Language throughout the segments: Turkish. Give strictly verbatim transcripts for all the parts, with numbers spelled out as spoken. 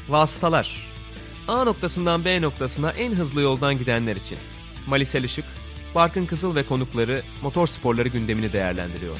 Vasıtalar. A noktasından B noktasına en hızlı yoldan gidenler için. Malisel Işık, Barkın Kızıl ve konukları motor sporları gündemini değerlendiriyor.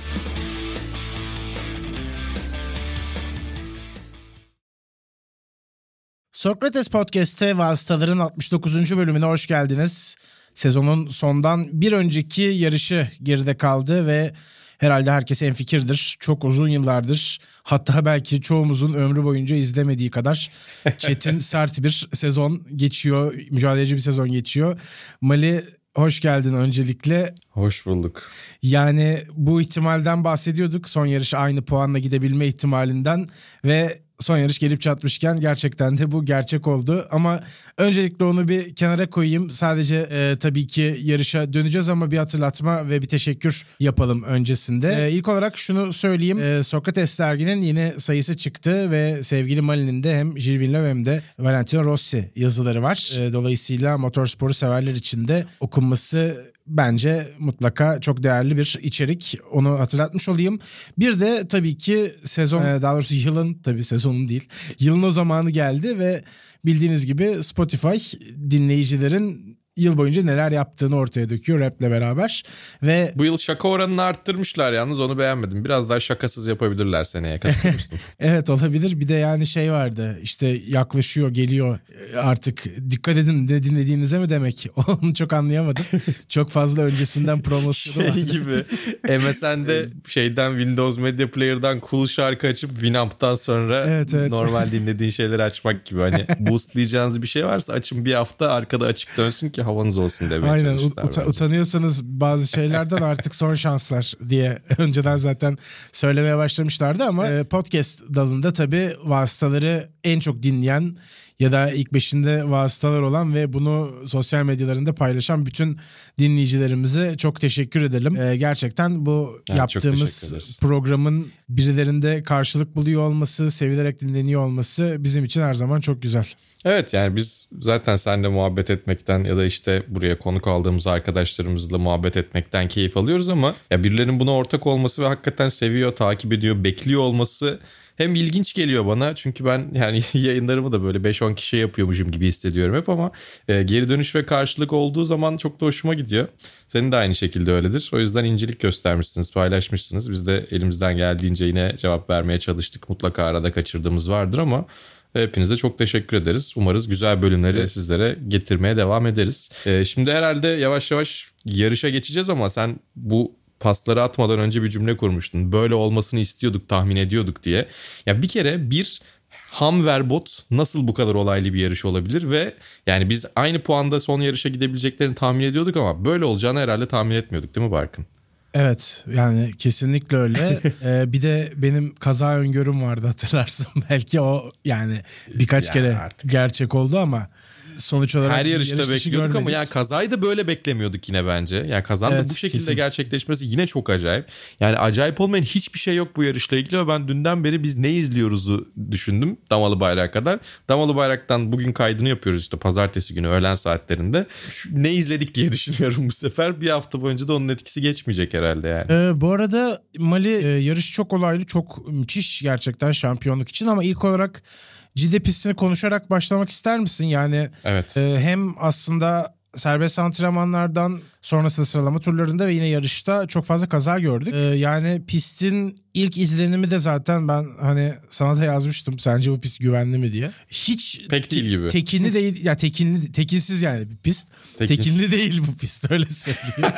Sokrates Podcast'te Vasıtaların altmış dokuzuncu bölümüne hoş geldiniz. Sezonun sondan bir önceki yarışı geride kaldı ve herhalde herkes hemfikirdir. Çok uzun yıllardır, hatta belki çoğumuzun ömrü boyunca izlemediği kadar çetin, sert bir sezon geçiyor. Mücadeleci bir sezon geçiyor. Mali, hoş geldin öncelikle. Hoş bulduk. Yani bu ihtimalden bahsediyorduk. Son yarışa aynı puanla gidebilme ihtimalinden ve son yarış gelip çatmışken gerçekten de bu gerçek oldu. Ama öncelikle onu bir kenara koyayım. Sadece e, tabii ki yarışa döneceğiz ama bir hatırlatma ve bir teşekkür yapalım öncesinde. E, ilk olarak şunu söyleyeyim. E, Sokrates derginin yeni sayısı çıktı ve sevgili Mali'nin de hem Gilles Villeneuve hem de Valentino Rossi yazıları var. E, dolayısıyla motorsporu severler için de okunması bence mutlaka çok değerli bir içerik. Onu hatırlatmış olayım. Bir de tabii ki sezon, daha doğrusu yılın, tabii sezonun değil, yılın o zamanı geldi ve bildiğiniz gibi Spotify dinleyicilerin yıl boyunca neler yaptığını ortaya döküyor rap'le beraber. Ve bu yıl şaka oranını arttırmışlar, yalnız onu beğenmedim. Biraz daha şakasız yapabilirler seneye, katılmıştım. Evet, olabilir. Bir de yani şey vardı, işte yaklaşıyor, geliyor artık, dikkat edin de dinlediğinize mi demek? Onu çok anlayamadım. Çok fazla öncesinden promosyonu şey vardı. gibi M S N'de şeyden, Windows Media Player'dan cool şarkı açıp Winamp'tan sonra evet, evet. normal dinlediğin şeyleri açmak gibi. Hani boostlayacağınız bir şey varsa açın, bir hafta arkada açık dönsün ki havanız olsun demeye Aynen, çalıştılar. Aynen, utanıyorsanız bazı şeylerden artık son şanslar diye önceden zaten söylemeye başlamışlardı ama podcast dalında tabii vasıtaları en çok dinleyen ya da ilk beşinde vasıtalar olan ve bunu sosyal medyalarında paylaşan bütün dinleyicilerimize çok teşekkür edelim. Ee, gerçekten bu yani yaptığımız programın birilerinde karşılık buluyor olması, sevilerek dinleniyor olması bizim için her zaman çok güzel. Evet, yani biz zaten seninle muhabbet etmekten ya da işte buraya konuk aldığımız arkadaşlarımızla muhabbet etmekten keyif alıyoruz ama ya birilerinin buna ortak olması ve hakikaten seviyor, takip ediyor, bekliyor olması hem ilginç geliyor bana, çünkü ben yani yayınlarımı da böyle beş on kişiye yapıyormuşum gibi hissediyorum hep ama e, geri dönüş ve karşılık olduğu zaman çok da hoşuma gidiyor. Senin de aynı şekilde öyledir. O yüzden incelik göstermişsiniz, paylaşmışsınız. Biz de elimizden geldiğince yine cevap vermeye çalıştık. Mutlaka arada kaçırdığımız vardır ama hepinize çok teşekkür ederiz. Umarız güzel bölümleri evet. sizlere getirmeye devam ederiz. Ee, şimdi herhalde yavaş yavaş yarışa geçeceğiz ama sen bu pasları atmadan önce bir cümle kurmuştun. Böyle olmasını istiyorduk, tahmin ediyorduk diye. Ya bir kere bir ham verbot nasıl bu kadar olaylı bir yarış olabilir ve yani biz aynı puanda son yarışa gidebileceklerini tahmin ediyorduk ama böyle olacağını herhalde tahmin etmiyorduk, değil mi Barkın? Evet, yani kesinlikle öyle. ee, bir de benim kaza öngörüm vardı, hatırlarsın. Belki o yani birkaç yani kere artık gerçek oldu ama sonuç olarak her yarışta yarış bekliyorduk görmedik. Ama yani kazayı da böyle beklemiyorduk yine bence. Yani kazanın evet, da bu şekilde kesin gerçekleşmesi yine çok acayip. Yani acayip olmayan hiçbir şey yok bu yarışla ilgili ve ben dünden beri biz ne izliyoruzu düşündüm Damalı Bayrak'a kadar. Damalı Bayrak'tan bugün kaydını yapıyoruz işte pazartesi günü öğlen saatlerinde. Şu, ne izledik diye düşünüyorum bu sefer. Bir hafta boyunca da onun etkisi geçmeyecek herhalde yani. Ee, bu arada Mali e, yarış çok olaylı, çok müthiş gerçekten şampiyonluk için ama ilk olarak Cide pistini konuşarak başlamak ister misin? Yani evet. e, hem aslında serbest antrenmanlardan sonrasında sıralama turlarında ve yine yarışta çok fazla kaza gördük. E, yani pistin ilk izlenimi de zaten ben hani sana da yazmıştım. Sence bu pist güvenli mi diye. Hiç pek değil gibi. Tekinli değil. Ya tekinli, tekinsiz yani bir pist. Tekinsiz. Tekinli değil bu pist, öyle söyleyeyim.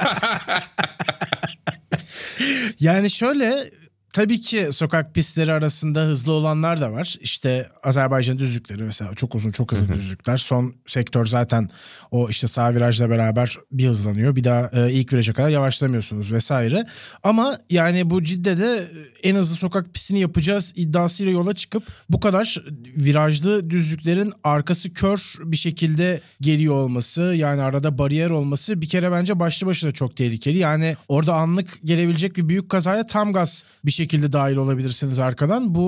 Yani şöyle, tabii ki sokak pistleri arasında hızlı olanlar da var. İşte Azerbaycan düzlükleri mesela çok uzun, çok hızlı düzlükler. Son sektör zaten o işte sağ virajla beraber bir hızlanıyor. Bir daha e, ilk viraja kadar yavaşlamıyorsunuz vesaire. Ama yani bu Cidde'de en hızlı sokak pistini yapacağız iddiasıyla yola çıkıp bu kadar virajlı düzlüklerin arkası kör bir şekilde geliyor olması, yani arada bariyer olması bir kere bence başlı başına çok tehlikeli. Yani orada anlık gelebilecek bir büyük kazaya tam gaz bir şekilde dahil olabilirsiniz arkadan. Bu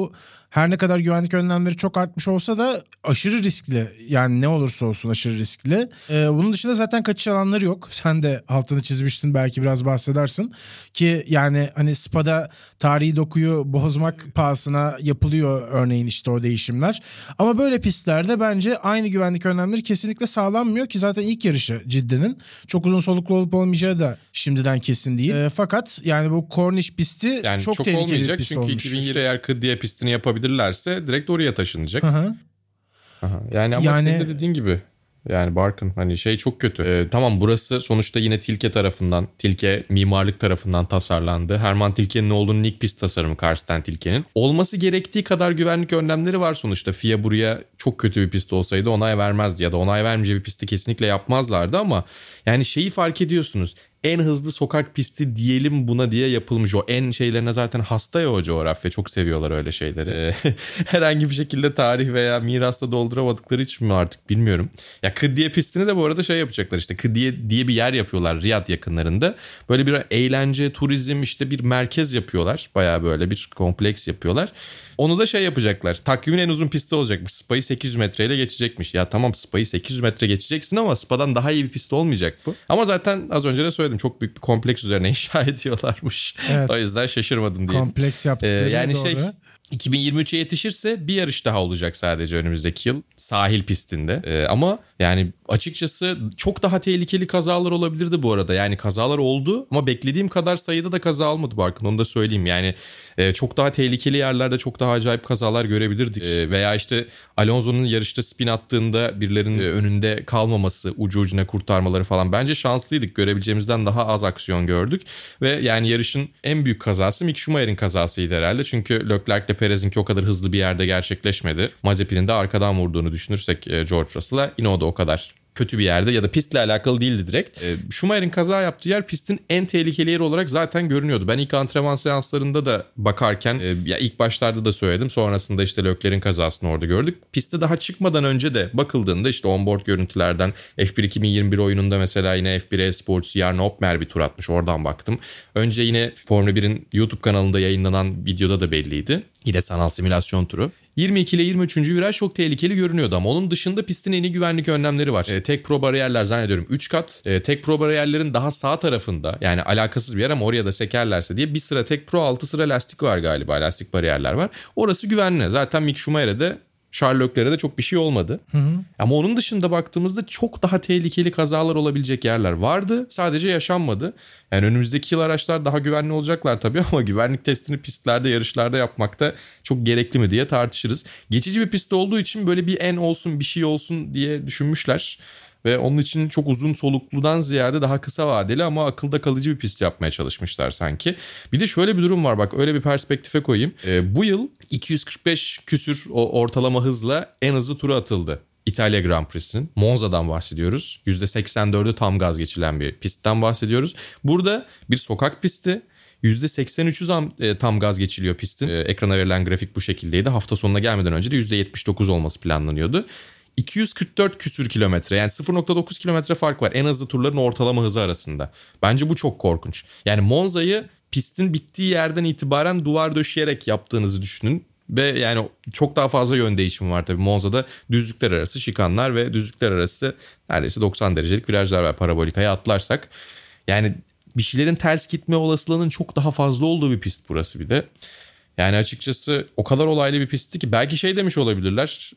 her ne kadar güvenlik önlemleri çok artmış olsa da aşırı riskli. Yani ne olursa olsun aşırı riskli. Ee, bunun dışında zaten kaçış alanları yok. Sen de altını çizmiştin, belki biraz bahsedersin. Ki yani hani Spa'da tarihi dokuyu bozmak pahasına yapılıyor örneğin işte o değişimler. Ama böyle pistlerde bence aynı güvenlik önlemleri kesinlikle sağlanmıyor ki zaten ilk yarışı Cidde'nin. Çok uzun soluklu olup olmayacağı da şimdiden kesin değil. E, fakat yani bu Corniche pisti yani çok, çok tehlikeli olmayacak, bir pist çünkü olmuş. iki bin yirmi eğer Kıddiye pistini yapabilirlerse direkt oraya taşınacak. Hı hı. Aha. Yani ama Yani- senin de dediğin gibi yani Barkın hani şey çok kötü. Ee, tamam burası sonuçta yine Tilke tarafından, Tilke mimarlık tarafından tasarlandı. Hermann Tilke'nin oğlunun ilk pist tasarımı Karsten Tilke'nin. Olması gerektiği kadar güvenlik önlemleri var sonuçta. F I A buraya çok kötü bir pist olsaydı onay vermezdi ya da onay vermeyeceği bir pisti kesinlikle yapmazlardı ama yani şeyi fark ediyorsunuz. En hızlı sokak pisti diyelim buna diye yapılmış. O en şeylerine zaten hasta ya o coğrafya. Çok seviyorlar öyle şeyleri. Herhangi bir şekilde tarih veya mirasla dolduramadıkları için mi artık bilmiyorum. Ya Kıddiye pistini de bu arada şey yapacaklar işte. Kıddiye diye bir yer yapıyorlar Riyad yakınlarında. Böyle bir eğlence, turizm işte bir merkez yapıyorlar. Bayağı böyle bir kompleks yapıyorlar. Onu da şey yapacaklar. Takvimin en uzun pisti olacakmış. Spa'yı sekiz yüz metreyle geçecekmiş. Ya tamam Spa'yı sekiz yüz metre geçeceksin ama Spa'dan daha iyi bir pist olmayacak bu. Ama zaten az önce de söyledim. Çok büyük bir kompleks üzerine inşa ediyorlarmış. Evet. O yüzden şaşırmadım diyelim. Kompleks yaptıkları ee, yani doğru. şey iki bin yirmi üçe yetişirse bir yarış daha olacak sadece önümüzdeki yıl. Sahil pistinde. Ee, ama yani açıkçası çok daha tehlikeli kazalar olabilirdi bu arada. Yani kazalar oldu ama beklediğim kadar sayıda da kaza olmadı Barkın. Onu da söyleyeyim. Yani e, çok daha tehlikeli yerlerde çok daha acayip kazalar görebilirdik. E, veya işte Alonso'nun yarışta spin attığında birilerinin e, önünde kalmaması, ucu ucuna kurtarmaları falan. Bence şanslıydık. Görebileceğimizden daha az aksiyon gördük. Ve yani yarışın en büyük kazası Mick Schumacher'in kazasıydı herhalde. Çünkü Leclerc ile Perez'inki o kadar hızlı bir yerde gerçekleşmedi. Mazepin'in de arkadan vurduğunu düşünürsek e, George Russell'a yine o da o kadar kötü bir yerde ya da pistle alakalı değildi direkt. E, Schumacher'in kaza yaptığı yer pistin en tehlikeli yeri olarak zaten görünüyordu. Ben ilk antrenman seanslarında da bakarken e, ya ilk başlarda da söyledim. Sonrasında işte Leclerc'in kazasını orada gördük. Piste daha çıkmadan önce de bakıldığında işte onboard görüntülerden F bir iki bin yirmi bir oyununda mesela yine F bir e-Sports Jarno Opmeer bir tur atmış. Oradan baktım. Önce yine Formula birin YouTube kanalında yayınlanan videoda da belliydi. Yine sanal simülasyon turu. yirmi iki ile yirmi üçüncü viraj çok tehlikeli görünüyordu ama onun dışında pistin en iyi güvenlik önlemleri var. E, tek pro bariyerler zannediyorum üç kat. E, tek pro bariyerlerin daha sağ tarafında yani alakasız bir yer ama oraya da sekerlerse diye bir sıra tek pro altı sıra lastik var galiba. Lastik bariyerler var. Orası güvenli. Zaten Mick Schumacher'e de Charles Leclerc'e de çok bir şey olmadı. Hı hı. Ama onun dışında baktığımızda çok daha tehlikeli kazalar olabilecek yerler vardı. Sadece yaşanmadı. Yani önümüzdeki yıl araçlar daha güvenli olacaklar tabii ama güvenlik testini pistlerde, yarışlarda yapmakta çok gerekli mi diye tartışırız. Geçici bir pist olduğu için böyle bir en olsun, bir şey olsun diye düşünmüşler. Ve onun için çok uzun solukludan ziyade daha kısa vadeli ama akılda kalıcı bir pist yapmaya çalışmışlar sanki. Bir de şöyle bir durum var bak, öyle bir perspektife koyayım. Ee, bu yıl iki yüz kırk beş küsür o ortalama hızla en hızlı tura atıldı. İtalya Grand Prix'sinin. Monza'dan bahsediyoruz. yüzde seksen dördü tam gaz geçilen bir pistten bahsediyoruz. Burada bir sokak pisti. yüzde seksen üçü tam gaz geçiliyor pistin. Ee, ekrana verilen grafik bu şekildeydi. Hafta sonuna gelmeden önce de yüzde yetmiş dokuz olması planlanıyordu. iki yüz kırk dört küsür kilometre, yani sıfır nokta dokuz kilometre fark var en hızlı turların ortalama hızı arasında. Bence bu çok korkunç. Yani Monza'yı pistin bittiği yerden itibaren duvar döşeyerek yaptığınızı düşünün. Ve yani çok daha fazla yön değişimi var tabii. Monza'da düzlükler arası şikanlar ve düzlükler arası neredeyse doksan derecelik virajlar var parabolikaya atlarsak. Yani bir şeylerin ters gitme olasılığının çok daha fazla olduğu bir pist burası bir de. Yani açıkçası o kadar olaylı bir pistti ki belki şey demiş olabilirler.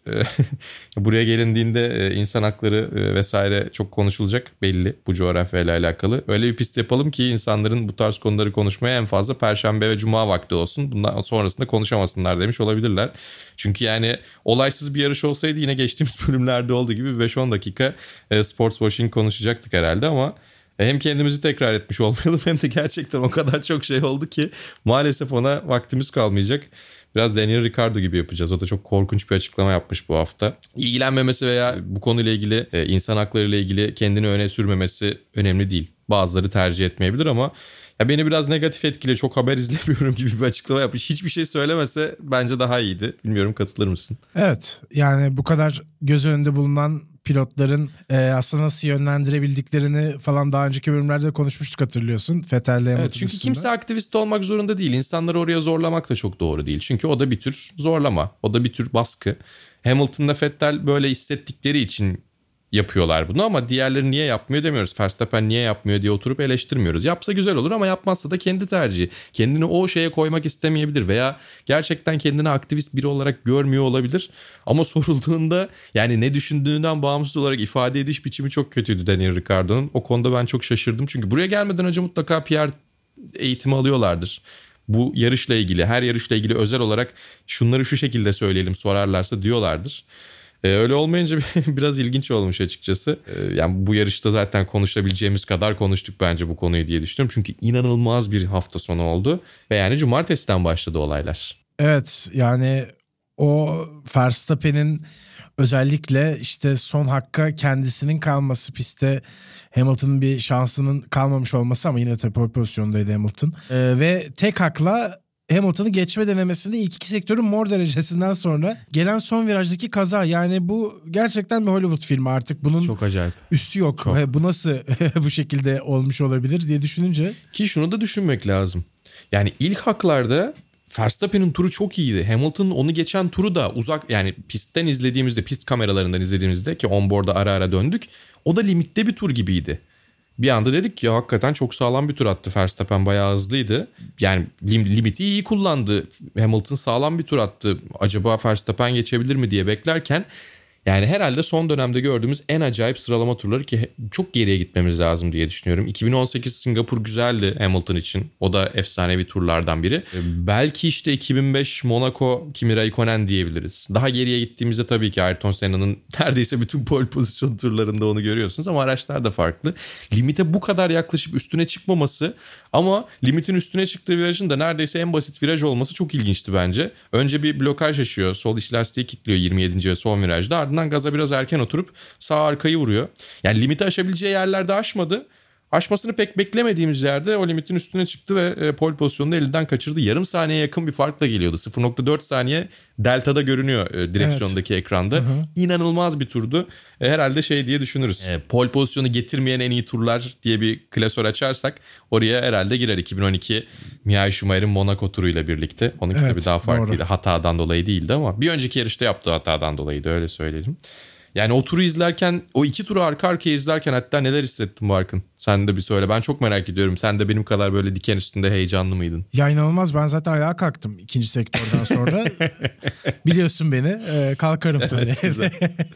Buraya gelindiğinde insan hakları vesaire çok konuşulacak belli bu coğrafyayla alakalı. Öyle bir pist yapalım ki insanların bu tarz konuları konuşmaya en fazla Perşembe ve Cuma vakti olsun. Bundan sonrasında konuşamasınlar demiş olabilirler. Çünkü yani olaysız bir yarış olsaydı yine geçtiğimiz bölümlerde olduğu gibi beş on dakika sports washing konuşacaktık herhalde ama... Hem kendimizi tekrar etmiş olmayalım hem de gerçekten o kadar çok şey oldu ki maalesef ona vaktimiz kalmayacak. Biraz Daniel Ricciardo gibi yapacağız. O da çok korkunç bir açıklama yapmış bu hafta. İlgilenmemesi veya bu konuyla ilgili insan hakları ile ilgili kendini öne sürmemesi önemli değil. Bazıları tercih etmeyebilir ama ya beni biraz negatif etkili, çok haber izlemiyorum gibi bir açıklama yapmış. Hiçbir şey söylemese bence daha iyiydi. Bilmiyorum, katılır mısın? Evet, yani bu kadar göz önünde bulunan pilotların e, aslında nasıl yönlendirebildiklerini falan daha önceki bölümlerde konuşmuştuk, hatırlıyorsun. Vettel'le Hamilton Evet, çünkü üstünde. kimse aktivist olmak zorunda değil. İnsanları oraya zorlamak da çok doğru değil. Çünkü o da bir tür zorlama. O da bir tür baskı. Hamilton'la Vettel böyle hissettikleri için yapıyorlar bunu ama diğerleri niye yapmıyor demiyoruz. Verstappen niye yapmıyor diye oturup eleştirmiyoruz. Yapsa güzel olur ama yapmazsa da kendi tercihi. Kendini o şeye koymak istemeyebilir veya gerçekten kendini aktivist biri olarak görmüyor olabilir. Ama sorulduğunda yani ne düşündüğünden bağımsız olarak ifade ediş biçimi çok kötüydü Daniel Ricciardo'nun. O konuda ben çok şaşırdım. Çünkü buraya gelmeden önce mutlaka P R eğitimi alıyorlardır. Bu yarışla ilgili, her yarışla ilgili özel olarak şunları şu şekilde söyleyelim sorarlarsa diyorlardır. Ee, öyle olmayınca biraz ilginç olmuş açıkçası. Ee, yani bu yarışta zaten konuşabileceğimiz kadar konuştuk bence bu konuyu diye düşünüyorum. Çünkü inanılmaz bir hafta sonu oldu ve yani cumartesiden başladı olaylar. Evet, yani o Verstappen'in özellikle işte son hakka kendisinin kalması, pistte Hamilton'ın bir şansının kalmamış olması ama yine tabii pole pozisyondaydı Hamilton. Ee, ve tek hakla Hamilton'ı geçme denemesinde ilk iki sektörün mor derecesinden sonra gelen son virajdaki kaza. Yani bu gerçekten bir Hollywood filmi artık. Bunun çok acayip. Üstü yok. Çok. Bu nasıl bu şekilde olmuş olabilir diye düşününce. Ki şunu da düşünmek lazım. Yani ilk haklarda Verstappen'in turu çok iyiydi. Hamilton'ın onu geçen turu da uzak, yani pistten izlediğimizde, pist kameralarından izlediğimizde ki onboard'a ara ara döndük. O da limitte bir tur gibiydi. Bir anda dedik ki hakikaten çok sağlam bir tur attı Verstappen, bayağı hızlıydı. Yani lim- limiti iyi kullandı. Hamilton sağlam bir tur attı. Acaba Verstappen geçebilir mi diye beklerken yani herhalde son dönemde gördüğümüz en acayip sıralama turları ki çok geriye gitmemiz lazım diye düşünüyorum. iki bin on sekiz Singapur güzeldi Hamilton için. O da efsanevi turlardan biri. Belki işte iki bin beş Monaco Kimi Räikkönen diyebiliriz. Daha geriye gittiğimizde tabii ki Ayrton Senna'nın neredeyse bütün pole pozisyon turlarında onu görüyorsunuz ama araçlar da farklı. Limite bu kadar yaklaşıp üstüne çıkmaması ama limitin üstüne çıktığı virajın da neredeyse en basit viraj olması çok ilginçti bence. Önce bir blokaj yaşıyor. Sol iç lastiği kilitliyor yirmi yedinci son virajda. Ardından gaza biraz erken oturup sağ arkayı vuruyor. Yani limiti aşabileceği yerlerde aşmadı. Aşmasını pek beklemediğimiz yerde o limitin üstüne çıktı ve pole pozisyonunu elinden kaçırdı. Yarım saniyeye yakın bir farkla geliyordu. sıfır nokta dört saniye deltada görünüyor direksiyondaki evet. ekranda. Hı hı. İnanılmaz bir turdu. E, herhalde şey diye düşünürüz. E, pole pozisyonu getirmeyen en iyi turlar diye bir klasör açarsak oraya herhalde girer. iki bin on iki Michael Schumacher'in Monaco turuyla birlikte. Onunki evet, tabii daha farklıydı. Doğru. Hatadan dolayı değildi ama bir önceki yarışta yaptığı hatadan dolayıydı, öyle söyleyelim. Yani o turu izlerken, o iki turu arka arkaya izlerken hatta neler hissettin Barkın? Sen de bir söyle. Ben çok merak ediyorum. Sen de benim kadar böyle diken üstünde heyecanlı mıydın? Ya inanılmaz. Ben zaten ayağa kalktım ikinci sektörden sonra. Biliyorsun beni. E, kalkarım tabii. Evet,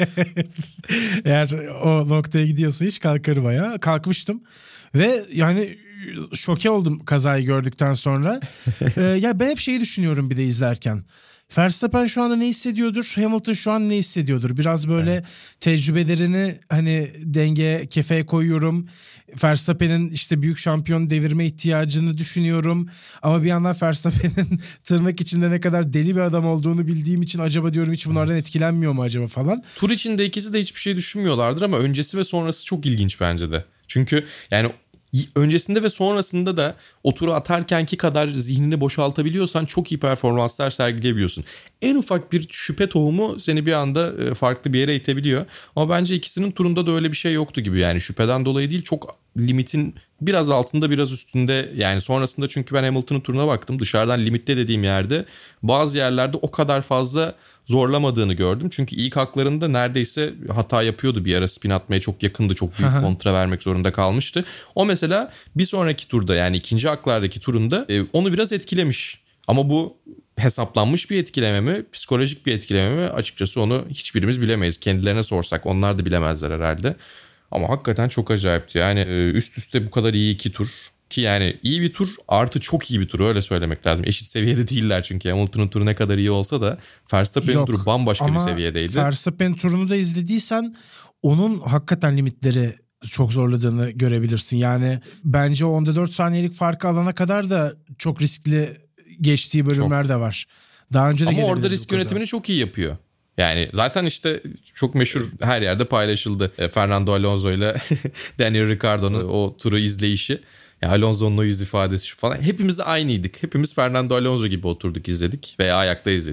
eğer o noktaya gidiyorsa hiç kalkarım ayağa. Kalkmıştım. Ve yani şoke oldum kazayı gördükten sonra. e, ya ben hep şeyi düşünüyorum bir de izlerken. Verstappen şu anda ne hissediyordur? Hamilton şu an ne hissediyordur? Biraz böyle evet. tecrübelerini hani dengeye, kefeye koyuyorum. Verstappen'in işte büyük şampiyon devirme ihtiyacını düşünüyorum. Ama bir yandan Verstappen'in tırnak içinde ne kadar deli bir adam olduğunu bildiğim için acaba diyorum hiç bunlardan evet. etkilenmiyor mu acaba falan. Tur içinde ikisi de hiçbir şey düşünmüyorlardır ama öncesi ve sonrası çok ilginç bence de. Çünkü yani öncesinde ve sonrasında da o turu atarkenki kadar zihnini boşaltabiliyorsan çok iyi performanslar sergileyebiliyorsun. En ufak bir şüphe tohumu seni bir anda farklı bir yere itebiliyor. Ama bence ikisinin turunda da öyle bir şey yoktu gibi. Yani şüpheden dolayı değil, çok limitin biraz altında biraz üstünde. Yani sonrasında çünkü ben Hamilton'ın turuna baktım. Dışarıdan limitte dediğim yerde bazı yerlerde o kadar fazla zorlamadığını gördüm. Çünkü ilk haklarında neredeyse hata yapıyordu, bir ara spin atmaya çok yakındı. Çok büyük kontra vermek zorunda kalmıştı. O mesela bir sonraki turda, yani ikinci haklardaki turunda onu biraz etkilemiş. Ama bu hesaplanmış bir etkileme mi, psikolojik bir etkileme mi, açıkçası onu hiçbirimiz bilemeyiz. Kendilerine sorsak onlar da bilemezler herhalde. Ama hakikaten çok acayipti. Yani üst üste bu kadar iyi iki tur. Ki yani iyi bir tur artı çok iyi bir tur, öyle söylemek lazım. Eşit seviyede değiller çünkü. Hamilton'ın turu ne kadar iyi olsa da Verstappen'in turu bambaşka bir seviyedeydi. Verstappen turunu da izlediysen onun hakikaten limitleri çok zorladığını görebilirsin. Yani bence o onda dört saniyelik farkı alana kadar da çok riskli geçtiği bölümler çok. de var. Daha önce de ama orada risk yönetimini çok iyi yapıyor. Yani zaten işte çok meşhur, her yerde paylaşıldı. Fernando Alonso ile Daniel Ricciardo'nun o turu izleyişi. Ya Alonso'nun o yüz ifadesi falan. Hepimiz aynıydık. Hepimiz Fernando Alonso gibi oturduk izledik veya ayakta izledik.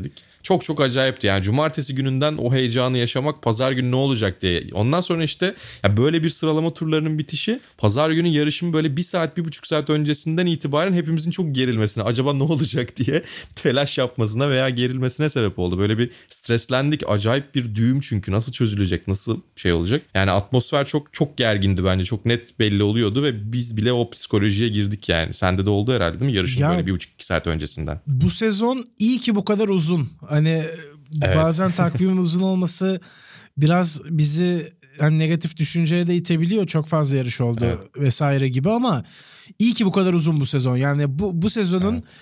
çok çok acayipti. Yani cumartesi gününden o heyecanı yaşamak, pazar günü ne olacak diye. Ondan sonra işte ya böyle bir sıralama turlarının bitişi, pazar günü yarışın böyle bir saat bir buçuk saat öncesinden itibaren hepimizin çok gerilmesine, acaba ne olacak diye telaş yapmasına veya gerilmesine sebep oldu. Böyle bir streslendik, acayip bir düğüm çünkü nasıl çözülecek, nasıl şey olacak. Yani atmosfer çok çok gergindi bence, çok net belli oluyordu ve biz bile o psikolojiye girdik yani. Sende de oldu herhalde değil mi yarışın ya, böyle bir buçuk iki saat öncesinden? Bu sezon iyi ki bu kadar uzun. Hani evet. Bazen takvimin uzun olması biraz bizi hani negatif düşünceye de itebiliyor. Çok fazla yarış oldu evet. vesaire gibi ama iyi ki bu kadar uzun bu sezon. Yani bu bu sezonun evet.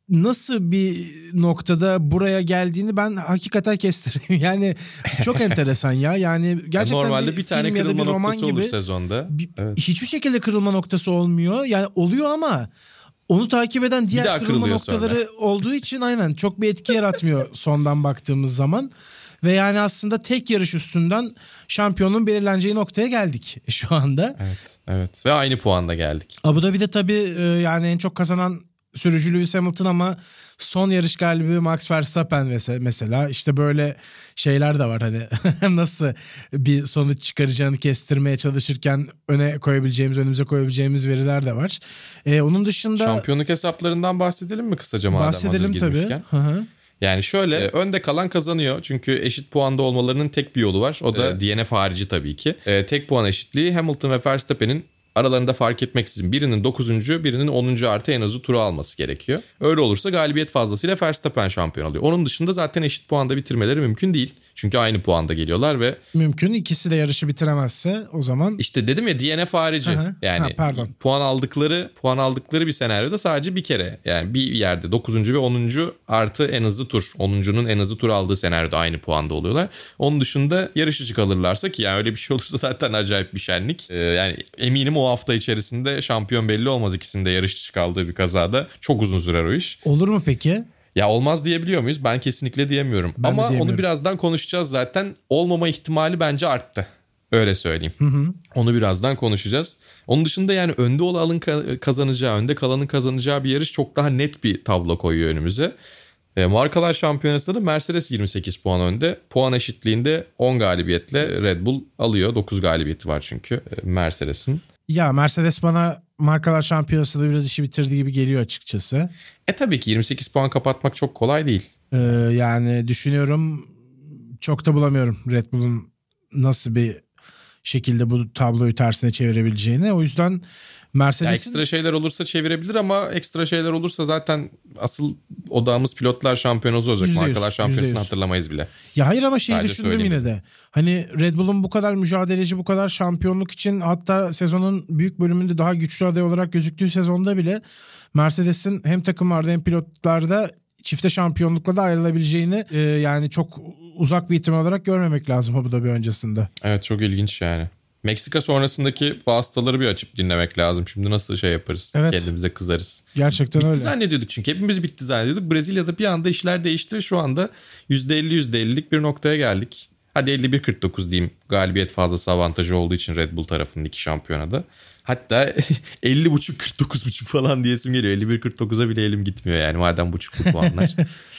nasıl bir noktada buraya geldiğini ben hakikaten kestireyim. Yani çok enteresan ya. Yani gerçekten normalde bir, bir tane kırılma bir noktası gibi, olur sezonda. Evet. Hiçbir şekilde kırılma noktası olmuyor. Yani oluyor ama onu takip eden diğer kırılma noktaları sonra. olduğu için aynen çok bir etki yaratmıyor sondan baktığımız zaman. Ve yani aslında tek yarış üstünden şampiyonun belirleneceği noktaya geldik şu anda. Evet, evet. Ve aynı puanda geldik. Abu Dhabi'de tabii yani en çok kazanan sürücü Lewis Hamilton ama son yarış galibi Max Verstappen mesela. İşte böyle şeyler de var hani nasıl bir sonuç çıkaracağını kestirmeye çalışırken öne koyabileceğimiz, önümüze koyabileceğimiz veriler de var. Ee, onun dışında... Şampiyonluk hesaplarından bahsedelim mi kısaca madem bahsedelim hazır girmişken? Tabii. Hı hı. Yani şöyle e, önde kalan kazanıyor. Çünkü eşit puanda olmalarının tek bir yolu var. O da evet. D N F harici tabii ki. E, tek puan eşitliği Hamilton ve Verstappen'in aralarında fark etmeksizin birinin dokuzuncu birinin onuncu artı en azı turu alması gerekiyor. Öyle olursa galibiyet fazlasıyla Verstappen şampiyon oluyor. Onun dışında zaten eşit puanda bitirmeleri mümkün değil. Çünkü aynı puanda geliyorlar ve... Mümkün. İkisi de yarışı bitiremezse o zaman... İşte dedim ya D N F harici. Hı hı. Yani ha, puan aldıkları puan aldıkları bir senaryoda sadece bir kere. Yani bir yerde dokuzuncu ve onuncu artı en hızlı tur. onuncunun en hızlı tur aldığı senaryoda aynı puanda oluyorlar. Onun dışında yarış dışı kalırlarsa ki yani öyle bir şey olursa zaten acayip bir şenlik. Ee, yani eminim o hafta içerisinde şampiyon belli olmaz, ikisinde yarış dışı kaldığı bir kazada. Çok uzun sürer o iş. Olur mu peki? Ya olmaz diyebiliyor muyuz? Ben kesinlikle diyemiyorum. Ben Ama de onu birazdan konuşacağız zaten. Olmama ihtimali bence arttı. Öyle söyleyeyim. Hı hı. Onu birazdan konuşacağız. Onun dışında yani önde olanın kazanacağı, önde kalanın kazanacağı bir yarış çok daha net bir tablo koyuyor önümüze. E, markalar şampiyonasında da Mercedes yirmi sekiz puan önde. Puan eşitliğinde on galibiyetle Red Bull alıyor. dokuz galibiyeti var çünkü e, Mercedes'in. Ya Mercedes bana markalar şampiyonasında biraz işi bitirdi gibi geliyor açıkçası. E tabii ki yirmi sekiz puan kapatmak çok kolay değil. Ee, yani düşünüyorum, çok da bulamıyorum Red Bull'un nasıl bir şekilde bu tabloyu tersine çevirebileceğini. O yüzden Mercedes'in... Ya ekstra şeyler olursa çevirebilir ama ekstra şeyler olursa zaten asıl odağımız pilotlar şampiyonası olacak. yüzde yüz, markalar şampiyonasını hatırlamayız bile. Ya hayır ama şeyi düşündüm yine de. Hani Red Bull'un bu kadar mücadeleci, bu kadar şampiyonluk için, hatta sezonun büyük bölümünde daha güçlü aday olarak gözüktüğü sezonda bile Mercedes'in hem takımlarda hem pilotlarda çifte şampiyonlukla da ayrılabileceğini e, yani çok uzak bir ihtimal olarak görmemek lazım Abu Dhabi öncesinde. Evet, çok ilginç yani. Meksika sonrasındaki vasıtaları bir açıp dinlemek lazım. Şimdi nasıl şey yaparız? Evet. Kendimize kızarız. Gerçekten bitti öyle. Bitti zannediyorduk çünkü. Hepimiz bitti zannediyorduk. Brezilya'da bir anda işler değişti ve şu anda yüzde elli yüzde ellilik bir noktaya geldik. Hadi elli bir kırk dokuz diyeyim. Galibiyet fazlası avantajı olduğu için Red Bull tarafının iki şampiyonada. Hatta elli buçuk kırk dokuz buçuk falan diyesim geliyor. elli bir kırk dokuza bile elim gitmiyor yani madem buçuklu puanlar.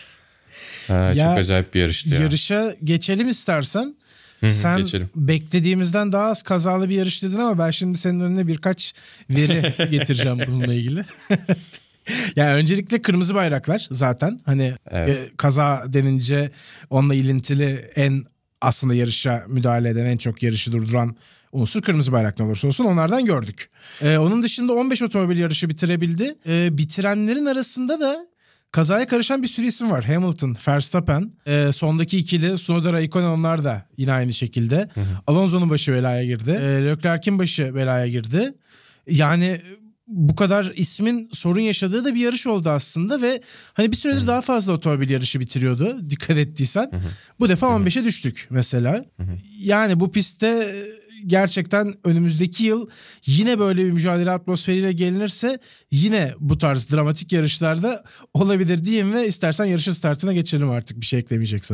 ha, ya, çok acayip bir yarıştı ya. Yarışa geçelim istersen. Sen geçelim. Beklediğimizden daha az kazalı bir yarış dedin ama ben şimdi senin önüne birkaç veri getireceğim bununla ilgili. Yani öncelikle kırmızı bayraklar zaten hani evet. e, kaza denince onunla ilintili en aslında yarışa müdahale eden, en çok yarışı durduran unsur kırmızı bayrak ne olursa olsun onlardan gördük. Ee, onun dışında on beş otomobil yarışı bitirebildi. Ee, bitirenlerin arasında da kazaya karışan bir sürü isim var. Hamilton, Verstappen, e, sondaki ikili Tsunoda, Raikkonen, onlar da yine aynı şekilde. Hı hı. Alonso'nun başı belaya girdi. E, Leclerc'in başı belaya girdi. Yani bu kadar ismin sorun yaşadığı da bir yarış oldu aslında ve hani bir süredir hı hı. daha fazla otomobil yarışı bitiriyordu dikkat ettiysen. Hı hı. Bu defa on beşe düştük mesela. Hı hı. Yani bu pistte gerçekten önümüzdeki yıl yine böyle bir mücadele atmosferiyle gelinirse yine bu tarz dramatik yarışlarda olabilir diyeyim ve istersen yarışın startına geçelim artık, bir şey eklemeyeceksen.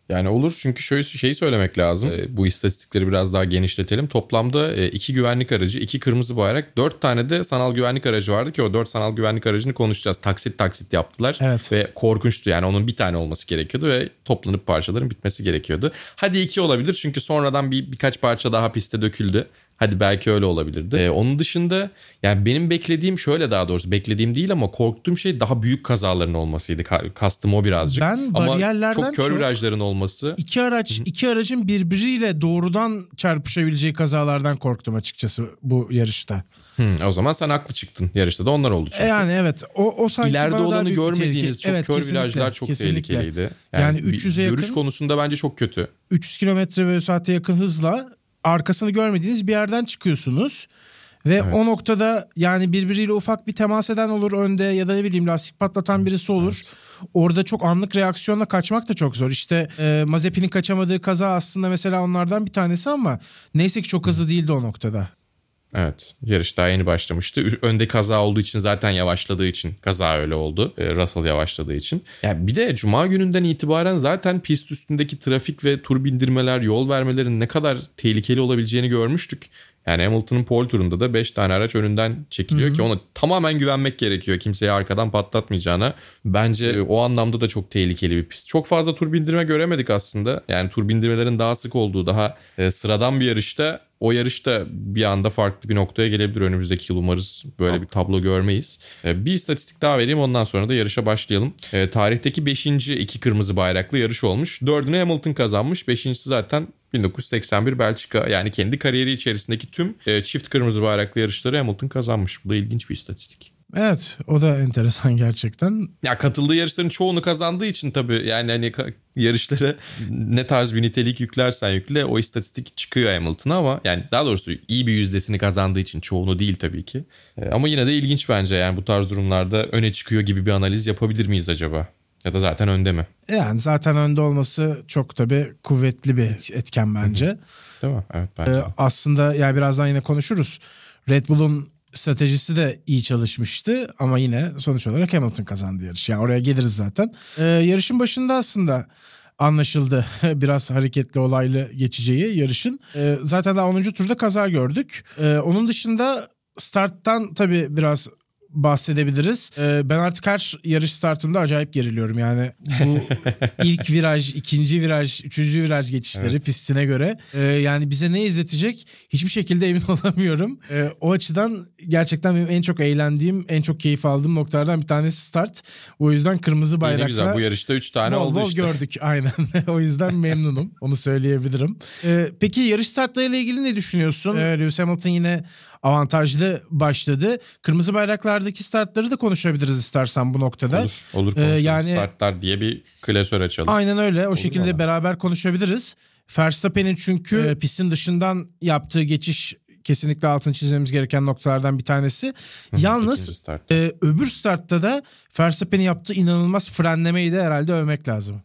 Yani olur, çünkü şöyle şeyi söylemek lazım. E, bu istatistikleri biraz daha genişletelim. Toplamda e, iki güvenlik aracı, iki kırmızı bayrak, dört tane de sanal güvenlik aracı vardı ki o dört sanal güvenlik aracını konuşacağız. Taksit taksit yaptılar. Evet. Ve korkunçtu yani, onun bir tane olması gerekiyordu ve toplanıp parçaların bitmesi gerekiyordu. Hadi iki olabilir çünkü sonradan bir birkaç parça daha piste döküldü. Hadi belki öyle olabilirdi. Ee, onun dışında yani benim beklediğim, şöyle daha doğrusu beklediğim değil ama korktuğum şey daha büyük kazaların olmasıydı. Kastım o birazcık. Ben bariyerlerden ama çok kör çok virajların olması. İki araç, iki aracın birbiriyle doğrudan çarpışabileceği kazalardan korktum açıkçası bu yarışta. Hmm, o zaman sen haklı çıktın. Yarışta da onlar oldu çünkü. Yani evet. O, o sanki İleride olanı görmediğiniz tehlike. çok Evet, kör kesinlikle, virajlar çok kesinlikle. tehlikeliydi. Yani, yani bir, üç yüze görüş yakın, konusunda bence çok kötü. üç yüz kilometre bölü saate yakın hızla arkasını görmediğiniz bir yerden çıkıyorsunuz. Ve evet. O noktada yani birbiriyle ufak bir temas eden olur önde ya da ne bileyim lastik patlatan birisi olur. Evet. Orada çok anlık reaksiyonla kaçmak da çok zor. İşte e, Mazepin'in kaçamadığı kaza aslında mesela onlardan bir tanesi ama neyse ki çok hızlı değildi o noktada. Evet, yarış daha yeni başlamıştı. Önde kaza olduğu için, zaten yavaşladığı için kaza öyle oldu. Russell yavaşladığı için. Yani bir de Cuma gününden itibaren zaten pist üstündeki trafik ve tur bindirmeler, yol vermelerin ne kadar tehlikeli olabileceğini görmüştük. Yani Hamilton'ın pole turunda da beş tane araç önünden çekiliyor. Hı-hı. Ki ona tamamen güvenmek gerekiyor. Kimseyi arkadan patlatmayacağına. Bence o anlamda da çok tehlikeli bir pist. Çok fazla tur bindirme göremedik aslında. Yani tur bindirmelerin daha sık olduğu, daha e, sıradan bir yarışta, o yarışta bir anda farklı bir noktaya gelebilir. Önümüzdeki yıl umarız böyle bir tablo görmeyiz. E, bir istatistik daha vereyim, ondan sonra da yarışa başlayalım. E, tarihteki beşinci iki kırmızı bayraklı yarış olmuş. Dördünü Hamilton kazanmış. Beşincisi zaten bin dokuz yüz seksen bir Belçika. Yani kendi kariyeri içerisindeki tüm e, çift kırmızı bayraklı yarışları Hamilton kazanmış. Bu da ilginç bir istatistik. Evet, o da enteresan gerçekten. Ya katıldığı yarışların çoğunu kazandığı için tabii yani hani yarışlara ne tarz bir nitelik yüklersen yükle o istatistik çıkıyor Hamilton'a, ama yani daha doğrusu iyi bir yüzdesini kazandığı için, çoğunu değil tabii ki. E, ama yine de ilginç bence, yani bu tarz durumlarda öne çıkıyor gibi bir analiz yapabilir miyiz acaba? Ya da zaten önde mi? Yani zaten önde olması çok tabii kuvvetli bir etken bence. Hı-hı. Değil mi? Evet bence. Ee, aslında yani birazdan yine konuşuruz. Red Bull'un stratejisi de iyi çalışmıştı ama yine sonuç olarak Hamilton kazandı yarış. Yani oraya geliriz zaten. Ee, yarışın başında aslında anlaşıldı biraz hareketli, olaylı geçeceği yarışın. Ee, zaten daha onuncu turda kaza gördük. Ee, onun dışında starttan tabii biraz bahsedebiliriz. Ee, ben artık her yarış startında acayip geriliyorum. Yani bu ilk viraj, ikinci viraj, üçüncü viraj geçişleri evet. pistine göre. Ee, yani bize ne izletecek hiçbir şekilde emin olamıyorum. Ee, o açıdan gerçekten benim en çok eğlendiğim, en çok keyif aldığım noktalardan bir tanesi start. O yüzden kırmızı bayrakla... Yine güzel, bu yarışta üç tane bol oldu bol işte. gördük aynen. O yüzden memnunum. Onu söyleyebilirim. Ee, peki yarış startlarıyla ilgili ne düşünüyorsun? Ee, Lewis Hamilton yine avantajlı başladı. Kırmızı bayraklardaki startları da konuşabiliriz istersen bu noktada. Olur, olur konuşalım. Ee, yani, startlar diye bir klasör açalım. Aynen öyle. O olur ama. şekilde beraber konuşabiliriz. Verstappen'in çünkü e, pistin dışından yaptığı geçiş kesinlikle altını çizmemiz gereken noktalardan bir tanesi. Hı, Yalnız start. e, öbür startta da Verstappen'in yaptığı inanılmaz frenlemeyi de herhalde övmek lazım.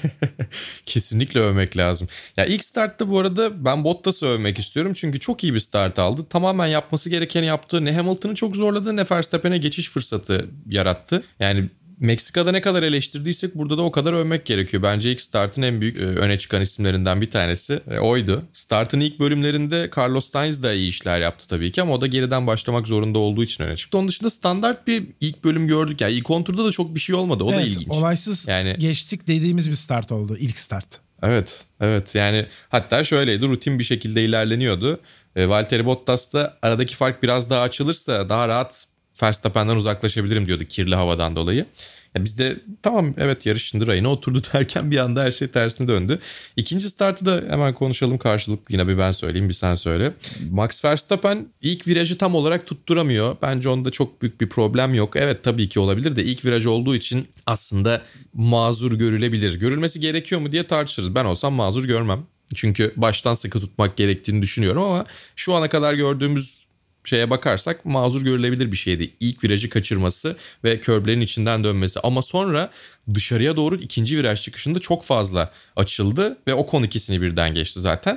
Kesinlikle övmek lazım. Ya ilk startta bu arada ben Bottas'ı övmek istiyorum. Çünkü çok iyi bir start aldı. Tamamen yapması gerekeni yaptı. Ne Hamilton'ı çok zorladı, ne Verstappen'e geçiş fırsatı yarattı. Yani Meksika'da ne kadar eleştirdiysek burada da o kadar övmek gerekiyor. Bence ilk startın en büyük e, öne çıkan isimlerinden bir tanesi e, oydu. Startın ilk bölümlerinde Carlos Sainz da iyi işler yaptı tabii ki, ama o da geriden başlamak zorunda olduğu için öne çıktı. Onun dışında standart bir ilk bölüm gördük. Yani ilk konturda da çok bir şey olmadı. O evet, da ilginç. Olaysız yani... geçtik dediğimiz bir start oldu. İlk start. Evet, evet. Yani hatta şöyleydi. Rutin bir şekilde ilerleniyordu. E, Valtteri Bottas da aradaki fark biraz daha açılırsa daha rahat Verstappen'den uzaklaşabilirim diyordu kirli havadan dolayı. Ya biz de tamam evet yarışın rayına oturdu derken bir anda her şey tersine döndü. İkinci startı da hemen konuşalım karşılıklı, yine bir ben söyleyeyim bir sen söyle. Max Verstappen ilk virajı tam olarak tutturamıyor. Bence onda çok büyük bir problem yok. Evet tabii ki olabilir de ilk viraj olduğu için aslında mazur görülebilir. Görülmesi gerekiyor mu diye tartışırız. Ben olsam mazur görmem. Çünkü baştan sıkı tutmak gerektiğini düşünüyorum, ama şu ana kadar gördüğümüz şeye bakarsak mazur görülebilir bir şeydi. İlk virajı kaçırması ve körblerin içinden dönmesi, ama sonra dışarıya doğru ikinci viraj çıkışında çok fazla açıldı ve Ocon ikisini birden geçti zaten.